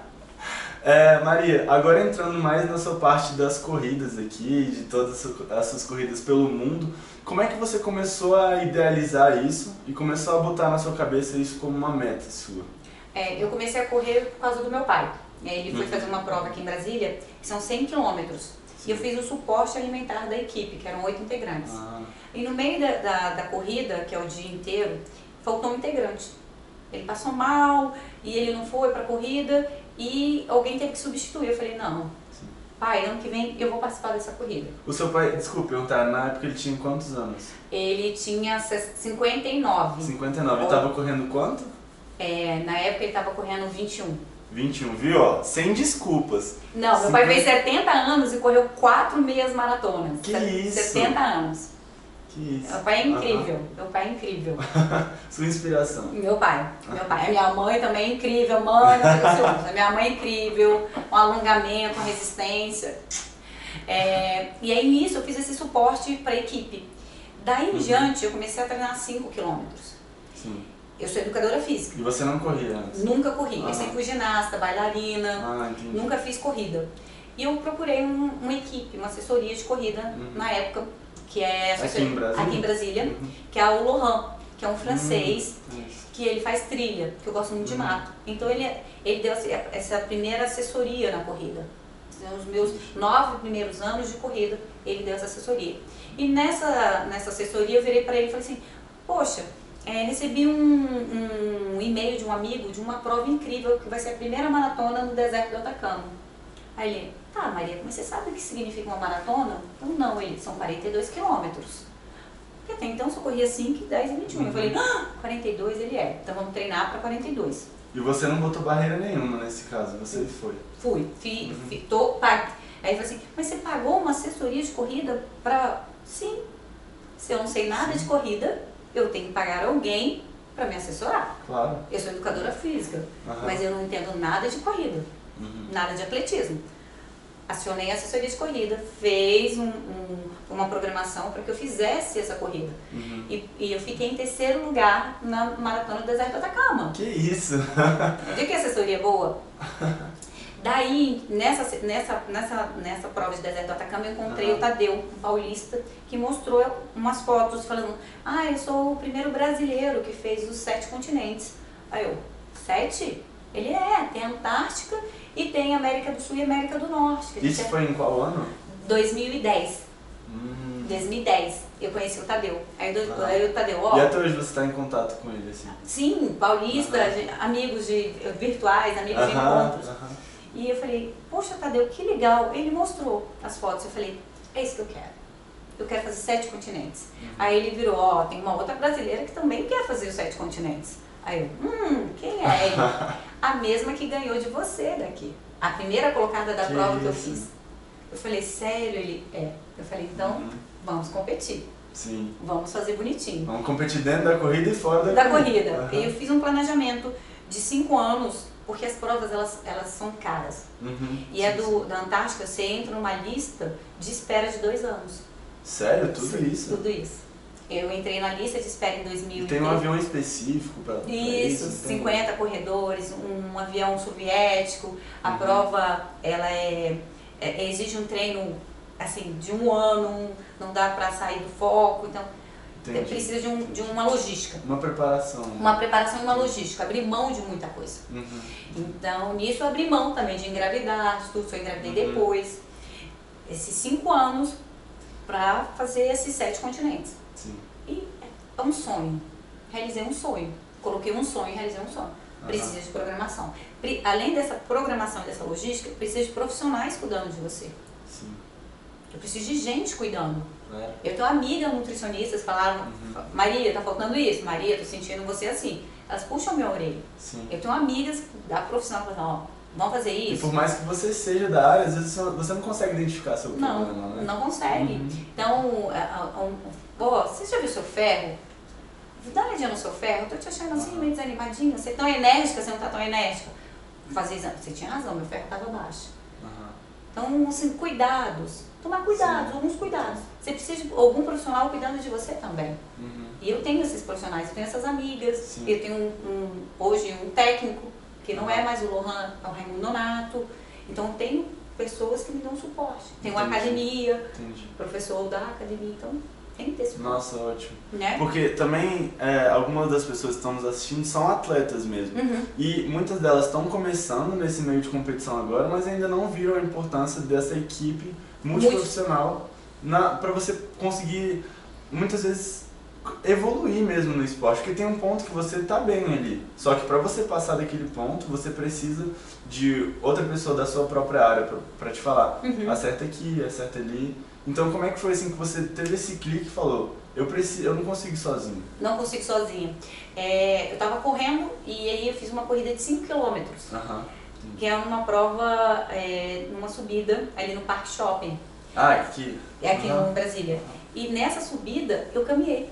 é, Maria, agora entrando mais na sua parte das corridas aqui, de todas as suas corridas pelo mundo, como é que você começou a idealizar isso e começou a botar na sua cabeça isso como uma meta sua? É, eu comecei a correr por causa do meu pai. Ele foi fazer uma prova aqui em Brasília, que são cem quilômetros. E eu fiz o suporte alimentar da equipe, que eram oito integrantes. Ah. E no meio da, da, da corrida, que é o dia inteiro, faltou um integrante. Ele passou mal e ele não foi para a corrida e alguém teve que substituir. Eu falei, não, Sim. pai, ano que vem eu vou participar dessa corrida. O seu pai, desculpe perguntar, na época ele tinha quantos anos? Ele tinha cinquenta e nove. cinquenta e nove. Ele estava correndo quanto? É, na época ele estava correndo vinte e um. vinte e um, viu? Ó, sem desculpas. Não, meu cinquenta... pai fez setenta anos e correu quatro meias maratonas. Que isso? setenta anos. Que isso? Meu pai é incrível. Uhum. Meu pai é incrível. Sua inspiração? Meu pai. Meu pai. A minha mãe também é incrível. Mãe, a minha mãe é incrível. Um alongamento, uma resistência. É, e aí nisso eu fiz esse suporte para a equipe. Daí em uhum. diante eu comecei a treinar cinco quilômetros. Sim. Eu sou educadora física. E você não corria antes? Nunca corri. Ah. Eu sempre fui ginasta, bailarina, ah, nunca fiz corrida. E eu procurei um, uma equipe, uma assessoria de corrida uhum. na época, que é aqui em Brasília, aqui em Brasília uhum. que é o Laurent, que é um francês, uhum. que ele faz trilha, que eu gosto muito uhum. de mato. Então ele, ele deu essa primeira assessoria na corrida. Os meus nove primeiros anos de corrida, ele deu essa assessoria. E nessa, nessa assessoria eu virei para ele e falei assim, poxa, É, recebi um, um e-mail de um amigo de uma prova incrível que vai ser a primeira maratona no deserto do Atacama. Aí ele, tá Maria, mas você sabe o que significa uma maratona? Eu não, ele, são quarenta e dois quilômetros. Porque até então só corria cinco, dez e vinte e um. Uhum. Eu falei, ah, quarenta e dois ele é, então vamos treinar para quarenta e dois. E você não botou barreira nenhuma nesse caso, você Fui. foi? Fui, fui, uhum. fui tô, paguei. Aí ele falou assim, mas você pagou uma assessoria de corrida para... Sim, se eu não sei nada Sim. de corrida, eu tenho que pagar alguém para me assessorar. Claro. Eu sou educadora física, Aham. mas eu não entendo nada de corrida, Uhum. nada de atletismo. Acionei a assessoria de corrida, fez um, um, uma programação para que eu fizesse essa corrida. Uhum. E, e eu fiquei em terceiro lugar na Maratona do Deserto do Atacama. Que isso? De que assessoria boa? Daí, nessa, nessa, nessa, nessa prova de Deserto do Atacama, eu encontrei Uhum. o Tadeu, um paulista, que mostrou umas fotos falando: ah, eu sou o primeiro brasileiro que fez os sete continentes. Aí eu, sete? Ele é, tem a Antártica e tem a América do Sul e América do Norte. que a gente Isso é- foi em qual ano? dois mil e dez. Hum. dois mil e dez, eu conheci o Tadeu. Aí, do, Ah. aí o Tadeu, ó. E até hoje você está em contato com ele, assim? Sim, paulista, Aham. de- amigos de virtuais, amigos de Aham, encontros. aham. E eu falei, poxa, Tadeu, que legal. Ele mostrou as fotos. Eu falei, é isso que eu quero. Eu quero fazer sete continentes. Uhum. Aí ele virou, ó, tem uma outra brasileira que também quer fazer os sete continentes. Aí eu, hum, quem é ele? A mesma que ganhou de você daqui. A primeira colocada da Que prova que eu isso. fiz. Eu falei, sério? Ele, é. Eu falei, então, Uhum. vamos competir. Sim. Vamos fazer bonitinho. Vamos competir dentro da corrida e fora da, Da corrida. Aham. E eu fiz um planejamento de cinco anos, porque as provas, elas, elas são caras. Uhum. E a Sim, do, da Antártica, você entra numa lista de espera de dois anos. Sério? Tudo Sim, isso? Tudo isso. Eu entrei na lista de espera em dois mil E e tem um avião específico para Isso, isso? Tem- cinquenta corredores, um avião soviético. A Uhum. prova, ela é, é- exige um treino assim, de um ano, não dá para sair do foco. Então, Entendi. precisa de, um, de uma logística. Uma preparação. Uma preparação e uma logística, abrir mão de muita coisa. Uhum. Então, nisso eu abri mão também de engravidar, de tudo, só engravidei Uhum. depois. Esses cinco anos para fazer esses sete continentes. Sim. E é um sonho. Realizei um sonho. Coloquei um sonho e realizei um sonho. Aham. Precisa de programação. Pre- Além dessa programação e dessa logística, precisa de profissionais cuidando de você. Sim. Eu preciso de gente cuidando. Claro. Eu tenho amigas nutricionistas que falaram, Uhum. Maria, tá faltando isso. Maria, tô sentindo você assim. Elas puxam minha orelha. Sim. Eu tenho amigas da profissão que falam, ó, vamos fazer E isso? por mais que você seja da área, às vezes você não consegue identificar seu Não, problema, né? não consegue. Uhum. Então, a- a- um, pô, você já viu seu ferro? Dá uma olhadinha no seu ferro, eu tô te achando assim, Aham. meio desanimadinha. Você é tão enérgica, você não tá tão enérgica. Fazer exame. Você tinha razão, meu ferro tava baixo. Aham. Então, assim, cuidados. Tomar cuidados, Sim. alguns cuidados. Você precisa de algum profissional cuidando de você também. Uhum. E eu tenho esses profissionais, eu tenho essas amigas, Sim. eu tenho um, um- hoje um técnico, que não é Aham. mais o Lohan, é o Raimundo Nonato. Então, eu tenho pessoas que me dão suporte. Tem uma Entendi. academia, Entendi. professor da academia, então tem que ter suporte. Nossa, ótimo. Né? Porque também é, algumas das pessoas que estão nos assistindo são atletas mesmo. Uhum. E muitas delas estão começando nesse meio de competição agora, mas ainda não viram a importância dessa equipe multiprofissional para você conseguir, muitas vezes, evoluir mesmo no esporte. Porque tem um ponto que você tá bem ali. Só que para você passar daquele ponto, você precisa de outra pessoa da sua própria área para te falar. Uhum. Acerta aqui, acerta ali. Então como é que foi assim que você teve esse clique e falou, eu, preciso, eu não consigo ir sozinho? Não consigo sozinha. É, eu tava correndo e aí eu fiz uma corrida de cinco quilômetros, Aham. que é uma prova, é, numa subida ali no Parque Shopping, Ah, aqui. é aqui Aham. em Brasília. E nessa subida eu caminhei,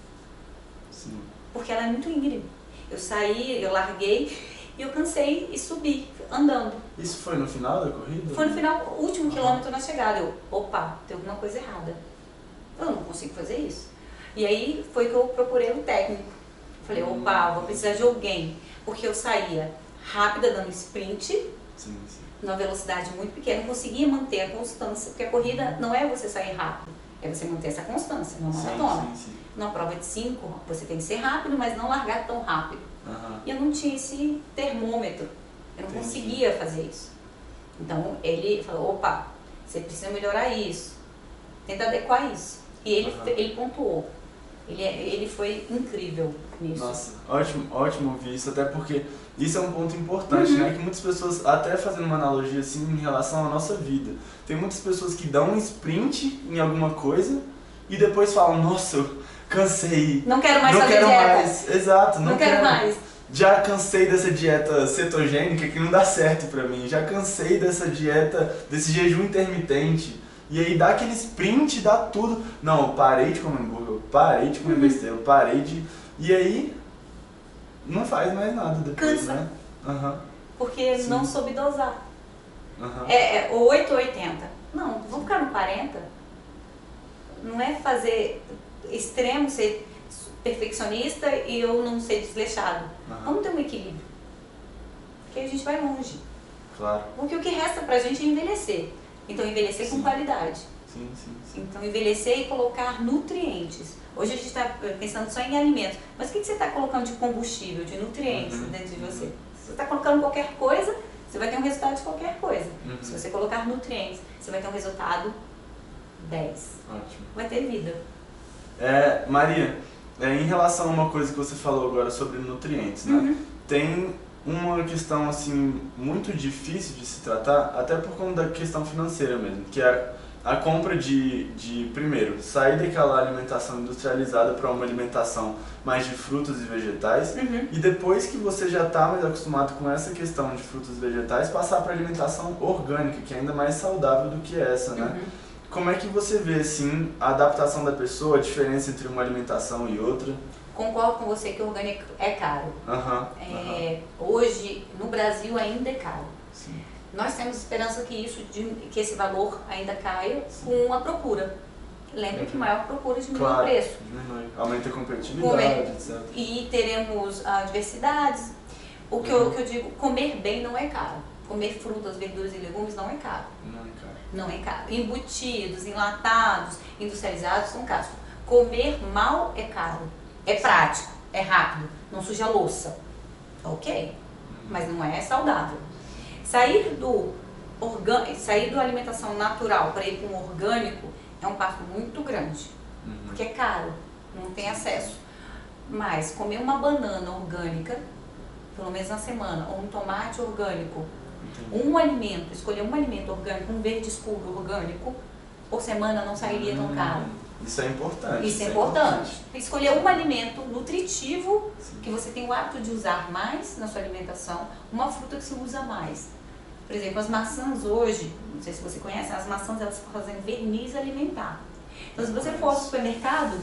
Sim. porque ela é muito íngreme. Eu saí, eu larguei e eu cansei e subi, andando. Isso foi no final da corrida? Foi no final, o último quilômetro na chegada. Eu, opa, tem alguma coisa errada. Eu não consigo fazer isso. E aí foi que eu procurei o técnico. Falei, opa, vou precisar de alguém. Porque eu saía rápida, dando sprint, Sim, sim. numa velocidade muito pequena, não conseguia manter a constância. Porque a corrida não é você sair rápido, é você manter essa constância, numa maratona. Sim, sim, sim. Numa prova de cinco, você tem que ser rápido, mas não largar tão rápido. Aham. E eu não tinha esse termômetro, eu não Entendi. conseguia fazer isso. Então ele falou, opa, você precisa melhorar isso, tenta adequar isso. E ele, Aham. fe- ele pontuou, ele, é- ele foi incrível nisso. Nossa, ótimo, ótimo ouvir isso, até porque isso é um ponto importante, Uhum. né? Que muitas pessoas, até fazendo uma analogia assim em relação à nossa vida, tem muitas pessoas que dão um sprint em alguma coisa e depois falam, nossa, eu cansei, Não quero mais não fazer quero dieta, mais, exato, não, não quero mais. Já cansei dessa dieta cetogênica que não dá certo pra mim, já cansei dessa dieta, desse jejum intermitente. E aí dá aquele sprint, dá tudo. Não, eu parei de comer hambúrguer, eu parei de comer Uhum. besteira, eu parei de... E aí não faz mais nada depois, Cansa. né? Uhum. Porque Sim. não soube dosar. Uhum. É, é oito ou oitenta. Não, vamos ficar no quarenta. Não é fazer extremo, ser perfeccionista e eu não ser desleixado. Uhum. Vamos ter um equilíbrio. Porque a gente vai longe. Claro. Porque o que resta pra gente é envelhecer. Então envelhecer Sim. com qualidade. Sim, sim, sim. Então envelhecer e colocar nutrientes. Hoje a gente está pensando só em alimentos. Mas o que você está colocando de combustível, de nutrientes Uhum. dentro de você? Se você está colocando qualquer coisa, você vai ter um resultado de qualquer coisa. Uhum. Se você colocar nutrientes, você vai ter um resultado dez. Ótimo. Vai ter vida. É, Maria, é, em relação a uma coisa que você falou agora sobre nutrientes, né? Uhum. Tem uma questão assim muito difícil de se tratar, até por conta da questão financeira mesmo, que é a compra de, de primeiro, sair daquela alimentação industrializada para uma alimentação mais de frutas e vegetais, Uhum. e depois que você já está mais acostumado com essa questão de frutas e vegetais, passar para alimentação orgânica, que é ainda mais saudável do que essa, né? Uhum. Como é que você vê, assim, a adaptação da pessoa, a diferença entre uma alimentação e outra? Concordo com você que o orgânico é caro. Aham, É, hoje, no Brasil, ainda é caro. sim. Nós temos esperança que, isso, que esse valor ainda caia com a procura. Lembra que maior procura diminui Claro, o preço. diminui. Aumenta a competitividade, Comer. etcétera. E teremos ah, diversidades. O que, eu, o que eu digo, comer bem não é caro. Comer frutas, verduras e legumes não é caro. Não é caro. Não é caro. Embutidos, enlatados, industrializados são caros. Comer mal é caro. É prático, é rápido, não suja a louça. Ok, mas não é saudável. Sair do orgânico, sair da alimentação natural para ir para um orgânico é um passo muito grande, Uhum. porque é caro, não tem acesso. Mas comer uma banana orgânica, pelo menos na semana, ou um tomate orgânico, Entendi. um alimento, escolher um alimento orgânico, um verde escuro orgânico, por semana não sairia tão Hum, caro. Isso é importante. Isso é importante. Escolher um alimento nutritivo, que você tem o hábito de usar mais na sua alimentação, uma fruta que se usa mais. Por exemplo, as maçãs hoje, não sei se você conhece, as maçãs elas fazem verniz alimentar. Então, se você for ao supermercado,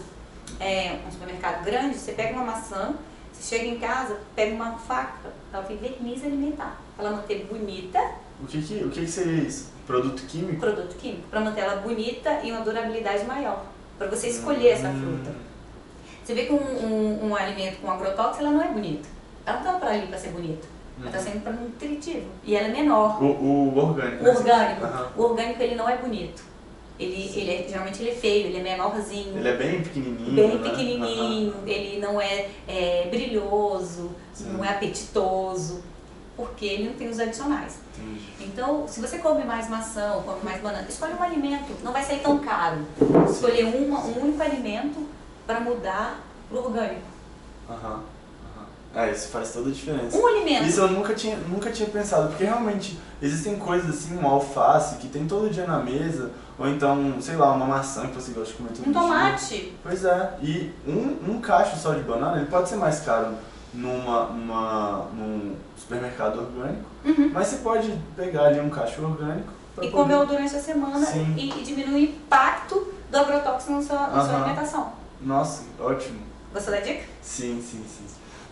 é, um supermercado grande, você pega uma maçã, você chega em casa, pega uma faca, ela tem verniz alimentar. Para ela manter bonita. O que que, o que que seria isso? Produto químico? Produto químico. Para manter ela bonita e uma durabilidade maior. Para você escolher essa Hum. fruta. Você vê que um, um, um alimento com agrotóxico, ela não é bonita. Ela não está para ali para ser bonita. Ela está sendo para nutritivo. E ela é menor. O, o orgânico. O né? orgânico. Aham. O orgânico, ele não é bonito. Ele, ele é, geralmente ele é feio, ele é menorzinho. Ele é bem pequenininho, Bem né? pequenininho, ele não é, é brilhoso, Sim. não é apetitoso, porque ele não tem os adicionais. Entendi. Então, se você come mais maçã ou come mais banana, escolhe um alimento, não vai sair tão caro. Escolher uma, um único alimento para mudar para o orgânico. Aham. Aham. É, isso faz toda a diferença. Um alimento. Isso eu nunca tinha, nunca tinha pensado, porque realmente existem coisas assim, um alface que tem todo dia na mesa, ou então, sei lá, uma maçã que você gosta de comer todo Um dia. tomate. Pois é, e um, um cacho só de banana, ele pode ser mais caro numa, numa, num supermercado orgânico, Uhum. mas você pode pegar ali um cacho orgânico pra E poder- comer durante a semana Sim. e, e diminuir o impacto do agrotóxico na sua, na sua Aham. alimentação. Nossa, ótimo. Gostou da dica? Sim, sim, sim.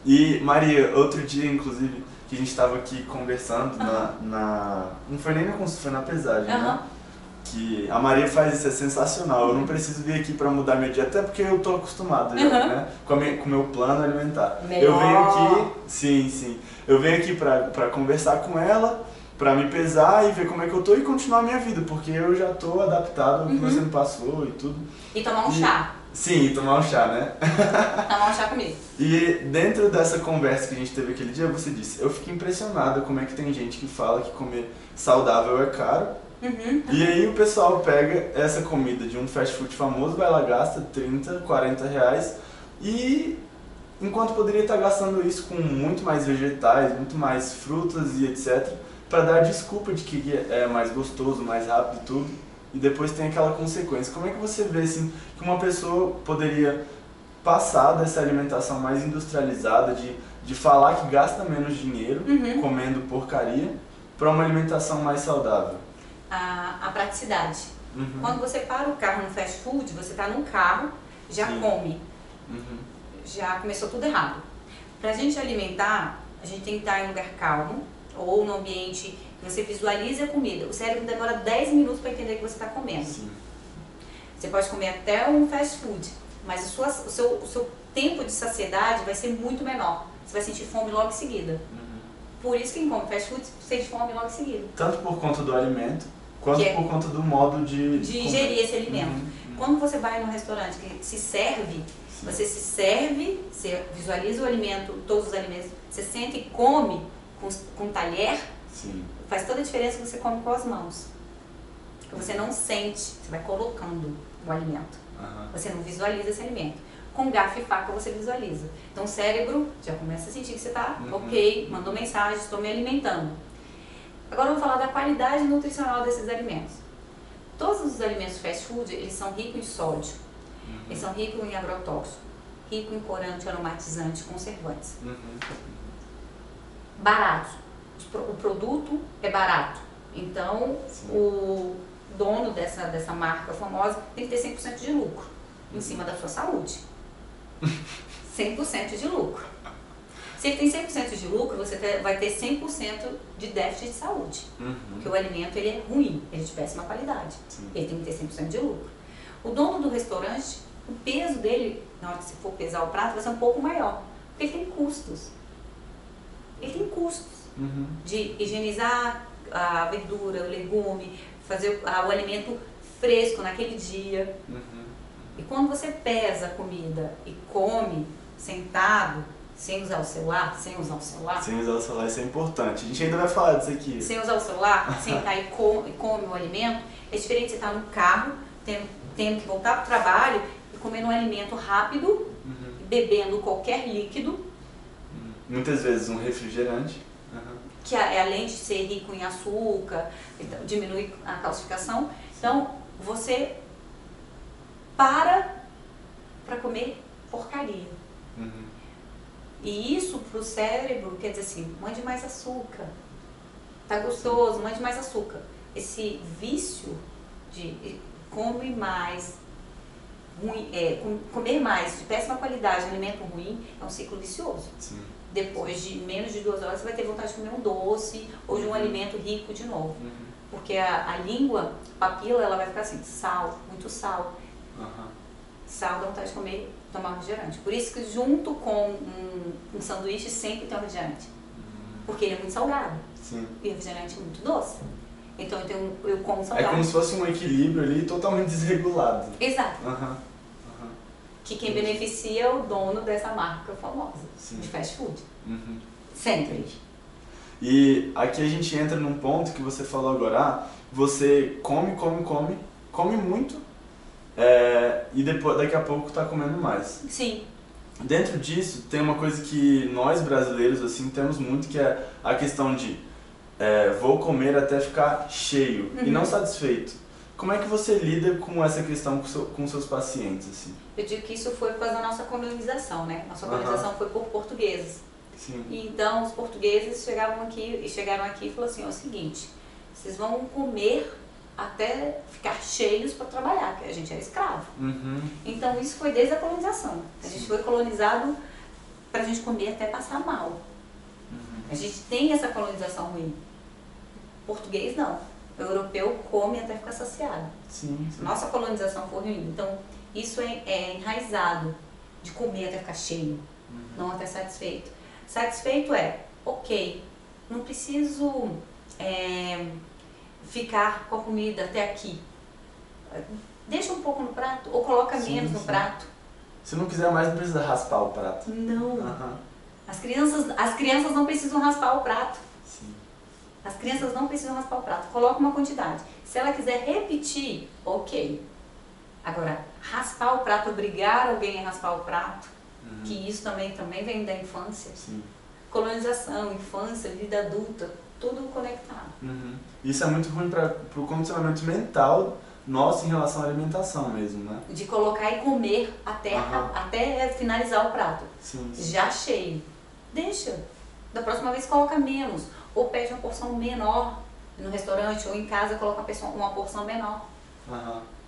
E Maria, outro dia, inclusive, que a gente estava aqui conversando na, na... Não foi nem na consulta, foi na pesagem, Aham. né? Que a Maria faz isso, é sensacional. Eu não preciso vir aqui para mudar minha dieta, até porque eu tô acostumado já, Uhum. né? Com o meu plano alimentar. Melhor. Eu venho aqui, sim, sim. Eu venho aqui para conversar com ela, para me pesar e ver como é que eu tô e continuar a minha vida, porque eu já tô adaptado ao que Uhum. você me passou e tudo. E tomar um E- chá. Sim, e tomar um chá, né? Tomar um chá comigo. E dentro dessa conversa que a gente teve aquele dia, você disse, eu fiquei impressionada como é que tem gente que fala que comer saudável é caro. Uhum. E aí o pessoal pega essa comida de um fast food famoso, vai lá, gasta trinta, quarenta reais e enquanto poderia estar gastando isso com muito mais vegetais, muito mais frutas e etcétera, para dar desculpa de que é mais gostoso, mais rápido e tudo. E depois tem aquela consequência. Como é que você vê assim, que uma pessoa poderia passar dessa alimentação mais industrializada, de, de falar que gasta menos dinheiro Uhum. comendo porcaria, para uma alimentação mais saudável? A, a praticidade. Uhum. Quando você para o carro no fast food, você está num carro, já Sim. come, Uhum. já começou tudo errado. Para a gente alimentar, a gente tem que estar em um lugar calmo ou num ambiente que você visualize a comida. O cérebro demora dez minutos para entender o que você está comendo. Sim. Você pode comer até um fast food, mas a sua, o, seu, o seu tempo de saciedade vai ser muito menor. Você vai sentir fome logo em seguida. Uhum. Por isso que quem come fast food sente fome logo em seguida. Tanto por conta do alimento, quanto é por conta do modo de... De ingerir esse alimento. Uhum. Uhum. Quando você vai num restaurante que se serve, sim, você se serve, você visualiza o alimento, todos os alimentos, você senta e come com, com um talher, sim, faz toda a diferença que você come com as mãos. Porque você não sente, você vai colocando o alimento. Uhum. Você não visualiza esse alimento. Com garfo e faca você visualiza. Então o cérebro já começa a sentir que você está, uhum, ok, mandou mensagem, estou me alimentando. Agora vamos falar da qualidade nutricional desses alimentos. Todos os alimentos fast food, eles são ricos em sódio, uhum, eles são ricos em agrotóxico, ricos em corante, aromatizante, conservantes. Uhum. Baratos. O produto é barato. Então, sim, o dono dessa, dessa marca famosa tem que ter cem por cento de lucro, uhum, em cima da sua saúde. cem por cento de lucro. Se ele tem cem por cento de lucro, você vai ter cem por cento de déficit de saúde. Uhum. Porque o alimento ele é ruim, ele é de péssima qualidade. Sim. Ele tem que ter cem por cento de lucro. O dono do restaurante, o peso dele, na hora que você for pesar o prato, vai ser um pouco maior. Porque ele tem custos. Ele tem custos, uhum, de higienizar a verdura, o legume, fazer o, a, o alimento fresco naquele dia. Uhum. E quando você pesa a comida e come sentado, sem usar o celular, sem usar o celular. Sem usar o celular, isso é importante. A gente ainda vai falar disso aqui. Sem usar o celular, sentar e, com, e come o alimento, é diferente de você estar no carro, tendo, tendo que voltar para o trabalho e comendo um alimento rápido, uhum, bebendo qualquer líquido. Uhum. Muitas vezes um refrigerante. Uhum. Que é, além de ser rico em açúcar, então, diminui a calcificação. Então, você para para comer porcaria. Uhum. E isso pro cérebro quer dizer assim, mande mais açúcar, tá gostoso, mande mais açúcar. Esse vício de come mais, ruim, é, comer mais de péssima qualidade, alimento ruim, é um ciclo vicioso. Sim. Depois de menos de duas horas você vai ter vontade de comer um doce ou de um, uhum, alimento rico de novo. Uhum. Porque a, a língua, a papila, ela vai ficar assim, sal, muito sal. Uhum. Sal dá vontade de comer, tomar um refrigerante. Por isso que junto com um, um sanduíche sempre tem um refrigerante. Uhum. Porque ele é muito salgado. Sim. E o refrigerante é muito doce. Então eu, tenho, eu como salgado. É como se fosse um equilíbrio ali totalmente desregulado. Exato. Uhum. Uhum. Que quem beneficia é o dono dessa marca famosa, sim, de fast food. Uhum. Sempre. E aqui a gente entra num ponto que você falou agora, ah, você come, come, come, come muito, é, e depois, daqui a pouco tá comendo mais. Sim. Dentro disso tem uma coisa que nós brasileiros assim temos muito, que é a questão de é, vou comer até ficar cheio, uhum, e não satisfeito. Como é que você lida com essa questão com, seu, com seus pacientes? Assim? Eu digo que isso foi por causa da nossa colonização, né? Nossa colonização, uhum, foi por portugueses. Sim. E então os portugueses chegavam aqui e chegaram aqui e falaram assim, é o seguinte, vocês vão comer até ficar cheios para trabalhar, porque a gente era escravo. Uhum. Então isso foi desde a colonização. A gente foi colonizado para a gente comer até passar mal. Uhum. A gente tem essa colonização ruim. Português não. O europeu come até ficar saciado. Sim, sim. Nossa colonização foi ruim. Então isso é, é enraizado de comer até ficar cheio, uhum, não até satisfeito. Satisfeito é, ok, não preciso é, ficar com a comida até aqui. Deixa um pouco no prato, ou coloca sim, menos no sim. prato. Se não quiser mais, não precisa raspar o prato. Não. Uhum. As crianças, as crianças não precisam raspar o prato. Sim. As crianças não precisam raspar o prato. Coloca uma quantidade. Se ela quiser repetir, ok. Agora, raspar o prato, obrigar alguém a raspar o prato, uhum, que isso também, também vem da infância. Sim. Colonização, infância, vida adulta, tudo conectado. Uhum. Isso é muito ruim para o condicionamento mental nosso em relação à alimentação mesmo, né? De colocar e comer até, uhum, a, até finalizar o prato. Sim, sim. Já cheio. Deixa. Da próxima vez coloca menos. Ou pede uma porção menor no restaurante, ou em casa coloca uma, pessoa, uma porção menor. Uhum.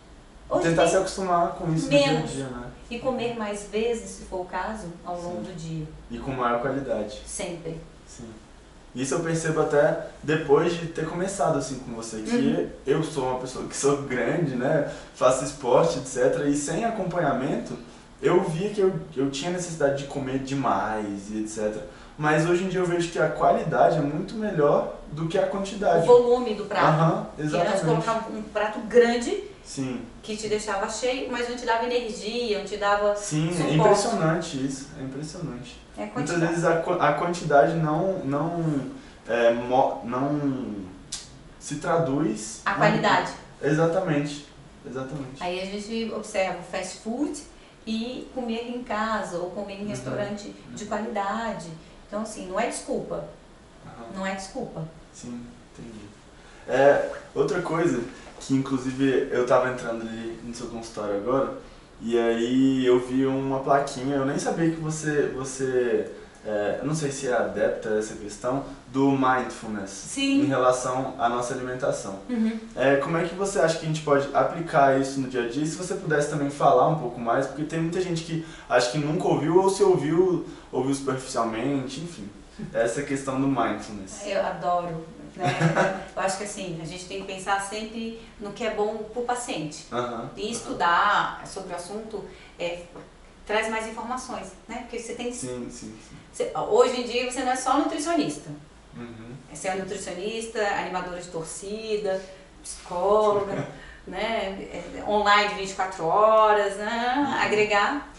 Hoje tentar tem se acostumar com isso menos. no dia a dia, né? E comer mais vezes, se for o caso, ao longo Sim. do dia. E com maior qualidade. Sempre. Sim. Isso eu percebo até depois de ter começado assim com você, que Uhum. eu sou uma pessoa que sou grande, né? Faço esporte, etcétera. E sem acompanhamento, eu via que eu, eu tinha necessidade de comer demais e etcétera. Mas hoje em dia eu vejo que a qualidade é muito melhor do que a O quantidade. volume do prato. Aham, Que antes exatamente. colocava um prato grande Sim, que te deixava cheio, mas não te dava energia, não te dava sim, é suporte. impressionante isso, é impressionante. É Muitas quantidade. vezes a, qua- a quantidade não, não, é, mo- não se traduz... A na- qualidade. Exatamente, exatamente. Aí a gente observa o fast food e comer em casa ou comer em Uhum. restaurante de qualidade. Então, assim, não é desculpa. Aham. Não é desculpa. Sim, entendi. É, outra coisa que inclusive eu tava entrando ali no seu consultório agora e aí eu vi uma plaquinha, eu nem sabia que você, você é, eu não sei se é adepta a essa questão do mindfulness Sim. em relação à nossa alimentação. Uhum. É, como é que você acha que a gente pode aplicar isso no dia a dia? E se você pudesse também falar um pouco mais, porque tem muita gente que acho que nunca ouviu ou se ouviu, ouviu superficialmente, enfim. Essa questão do mindfulness. Eu adoro. Né? Eu acho que assim, a gente tem que pensar sempre no que é bom para o paciente. Aham, E estudar sobre o assunto é, traz mais informações, né? Porque você tem. sim, sim, sim. Você, hoje em dia você não é só nutricionista. Uhum. Você é nutricionista, animadora de torcida, psicóloga, né? É, online vinte e quatro horas, né? Uhum. Agregar.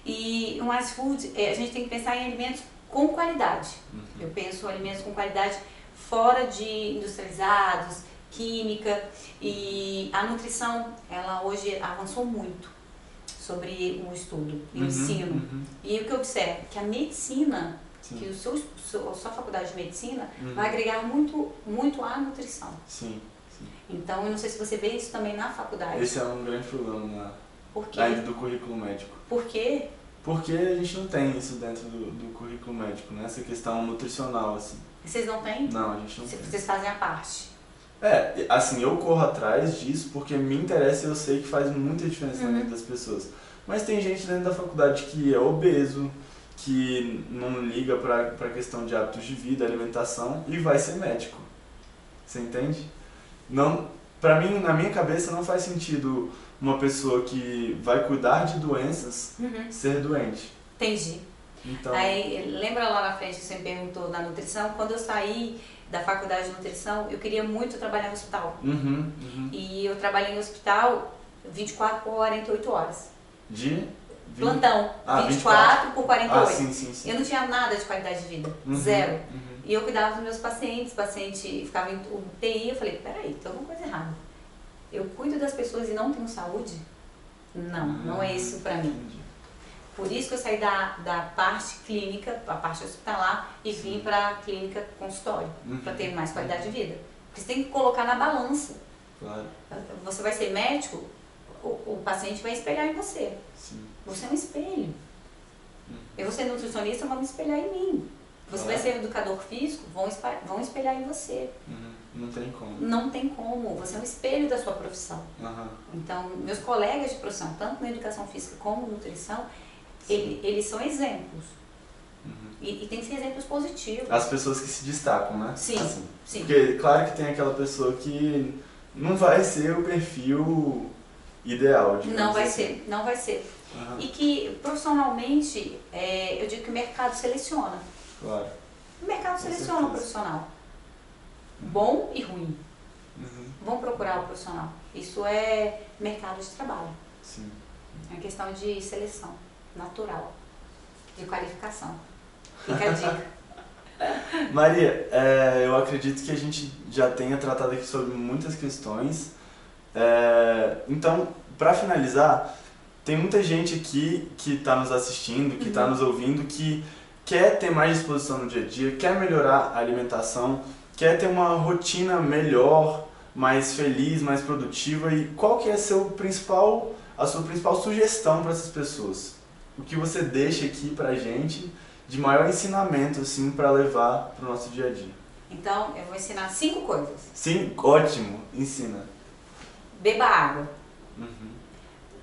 E o fast food, é, a gente tem que pensar em alimentos com qualidade. Uhum. Eu penso em alimentos com qualidade fora de industrializados, química, e a nutrição, ela hoje avançou muito sobre o estudo e o Uhum, ensino. uhum. E o que eu observo? Que a medicina, Sim. que o seu, seu- a sua faculdade de medicina Uhum. vai agregar muito, muito à nutrição. Sim, sim. Então, eu não sei se você vê isso também na faculdade. Esse é um grande problema na, Por quê? ainda do currículo médico. Porque Porque a gente não tem isso dentro do, do currículo médico, né? Essa questão nutricional, assim. vocês não têm? Não, a gente não tem. Vocês fazem a parte. É, assim, eu corro atrás disso porque me interessa e eu sei que faz muita diferença na Uhum. vida das pessoas. Mas tem gente dentro da faculdade que é obeso, que não liga pra, pra questão de hábitos de vida, alimentação e vai ser médico. Você entende? Não, pra mim, na minha cabeça, não faz sentido uma pessoa que vai cuidar de doenças Uhum. ser doente. Entendi. Então, Aí, lembra lá na frente que você me perguntou da nutrição? Quando eu saí da faculdade de nutrição, eu queria muito trabalhar no hospital. uhum, uhum. E eu trabalhei no hospital vinte e quatro por quarenta e oito horas. De? vinte Plantão, Ah, vinte e quatro por quarenta e Ah, oito. sim, sim, sim. Eu não tinha nada de qualidade de vida, Uhum, zero. uhum. E eu cuidava dos meus pacientes, paciente ficava em U T I, eu falei, peraí, tem alguma coisa errada. Eu cuido das pessoas e não tenho saúde? Não, não é isso pra mim. Entendi. Por isso que eu saí da, da parte clínica, a parte hospitalar, e vim para a clínica consultório, Uhum. para ter mais qualidade de vida. Porque você tem que colocar na balança. Claro, Você vai ser médico, o, o paciente vai espelhar em você. sim. Você é um espelho. Uhum. Eu vou ser nutricionista, vão me espelhar em mim. Você vai Claro. ser educador físico, vão, espa- vão espelhar em você. Uhum. Não tem como. Não tem como, você é um espelho da sua profissão. Aham. Então, meus colegas de profissão, tanto na educação física como nutrição, ele- eles são exemplos. Uhum. E, e tem que ser exemplos positivos. As pessoas que se destacam, né? Sim, Assim. sim. Porque, claro que tem aquela pessoa que não vai ser o perfil ideal, digamos Não vai assim. ser, não vai ser. Aham. E que profissionalmente, é, eu digo que o mercado seleciona. Claro. O mercado Com seleciona o certeza. profissional. Bom e ruim. Uhum. Vão procurar o profissional. Isso é mercado de trabalho. Sim. É uma questão de seleção natural, de qualificação. Fica a dica. Maria, é, eu acredito que a gente já tenha tratado aqui sobre muitas questões. É, então, para finalizar, tem muita gente aqui que está nos assistindo, que está Uhum. nos ouvindo, que quer ter mais disposição no dia a dia, quer melhorar a alimentação, quer ter uma rotina melhor, mais feliz, mais produtiva. E qual que é seu principal, a sua principal sugestão para essas pessoas? O que você deixa aqui pra gente de maior ensinamento assim para levar para o nosso dia a dia? Então, eu vou ensinar cinco coisas. Sim, ótimo, ensina. Beba água. Uhum.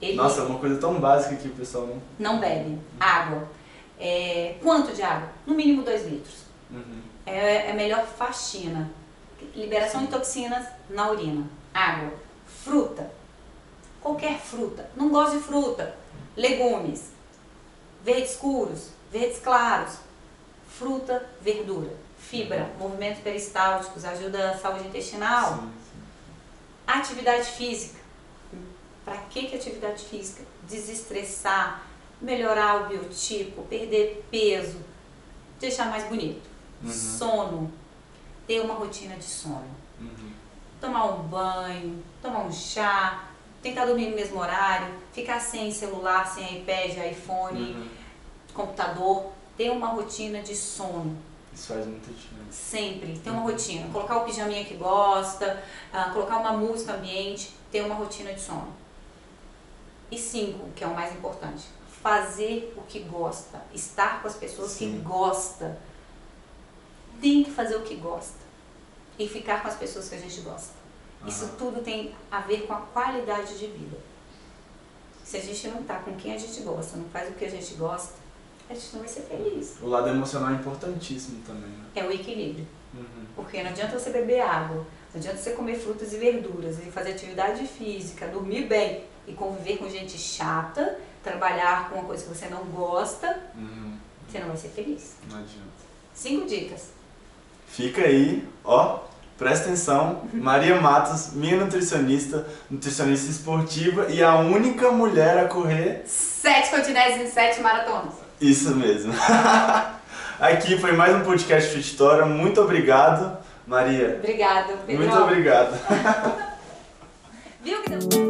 Ele Nossa, é uma coisa tão básica que o pessoal não... não bebe. Água. É, quanto de água? No mínimo dois litros. Uhum. É, é melhor faxina. Liberação de toxinas na urina. Água. Fruta. Qualquer fruta. Não gosto de fruta. Legumes. Verdes escuros. Verdes claros. Fruta, verdura. Fibra. Movimentos peristálticos. Ajuda a saúde intestinal. Sim, sim. Atividade física. Para que que atividade física? Desestressar, melhorar o biotipo, perder peso, deixar mais bonito. Uhum. Sono. Ter uma rotina de sono. Uhum. Tomar um banho, tomar um chá, tentar dormir no mesmo horário, ficar sem celular, sem iPad, iPhone, Uhum. computador. Ter uma rotina de sono. Isso faz muita diferença. Sempre. Ter uma Uhum. rotina. Colocar o pijaminha que gosta, uh, colocar uma música ambiente, ter uma rotina de sono. E cinco, que é o mais importante, fazer o que gosta, estar com as pessoas Sim. que gosta. Tem que fazer o que gosta e ficar com as pessoas que a gente gosta. Uhum. Isso tudo tem a ver com a qualidade de vida. Se a gente não tá com quem a gente gosta, não faz o que a gente gosta, a gente não vai ser feliz. O lado emocional é importantíssimo também, né? É o equilíbrio. Uhum. Porque não adianta você beber água, não adianta você comer frutas e verduras, e fazer atividade física, dormir bem e conviver com gente chata, trabalhar com uma coisa que você não gosta, Uhum. você não vai ser feliz. Não adianta. Cinco dicas. Fica aí, ó, presta atenção, Maria Matos, minha nutricionista, nutricionista esportiva e a única mulher a correr. Sete continentes em sete maratonas. Isso mesmo. Aqui foi mais um podcast Fittora, muito obrigado, Maria. Obrigada, Pedro. Muito obrigado. Viu que deu...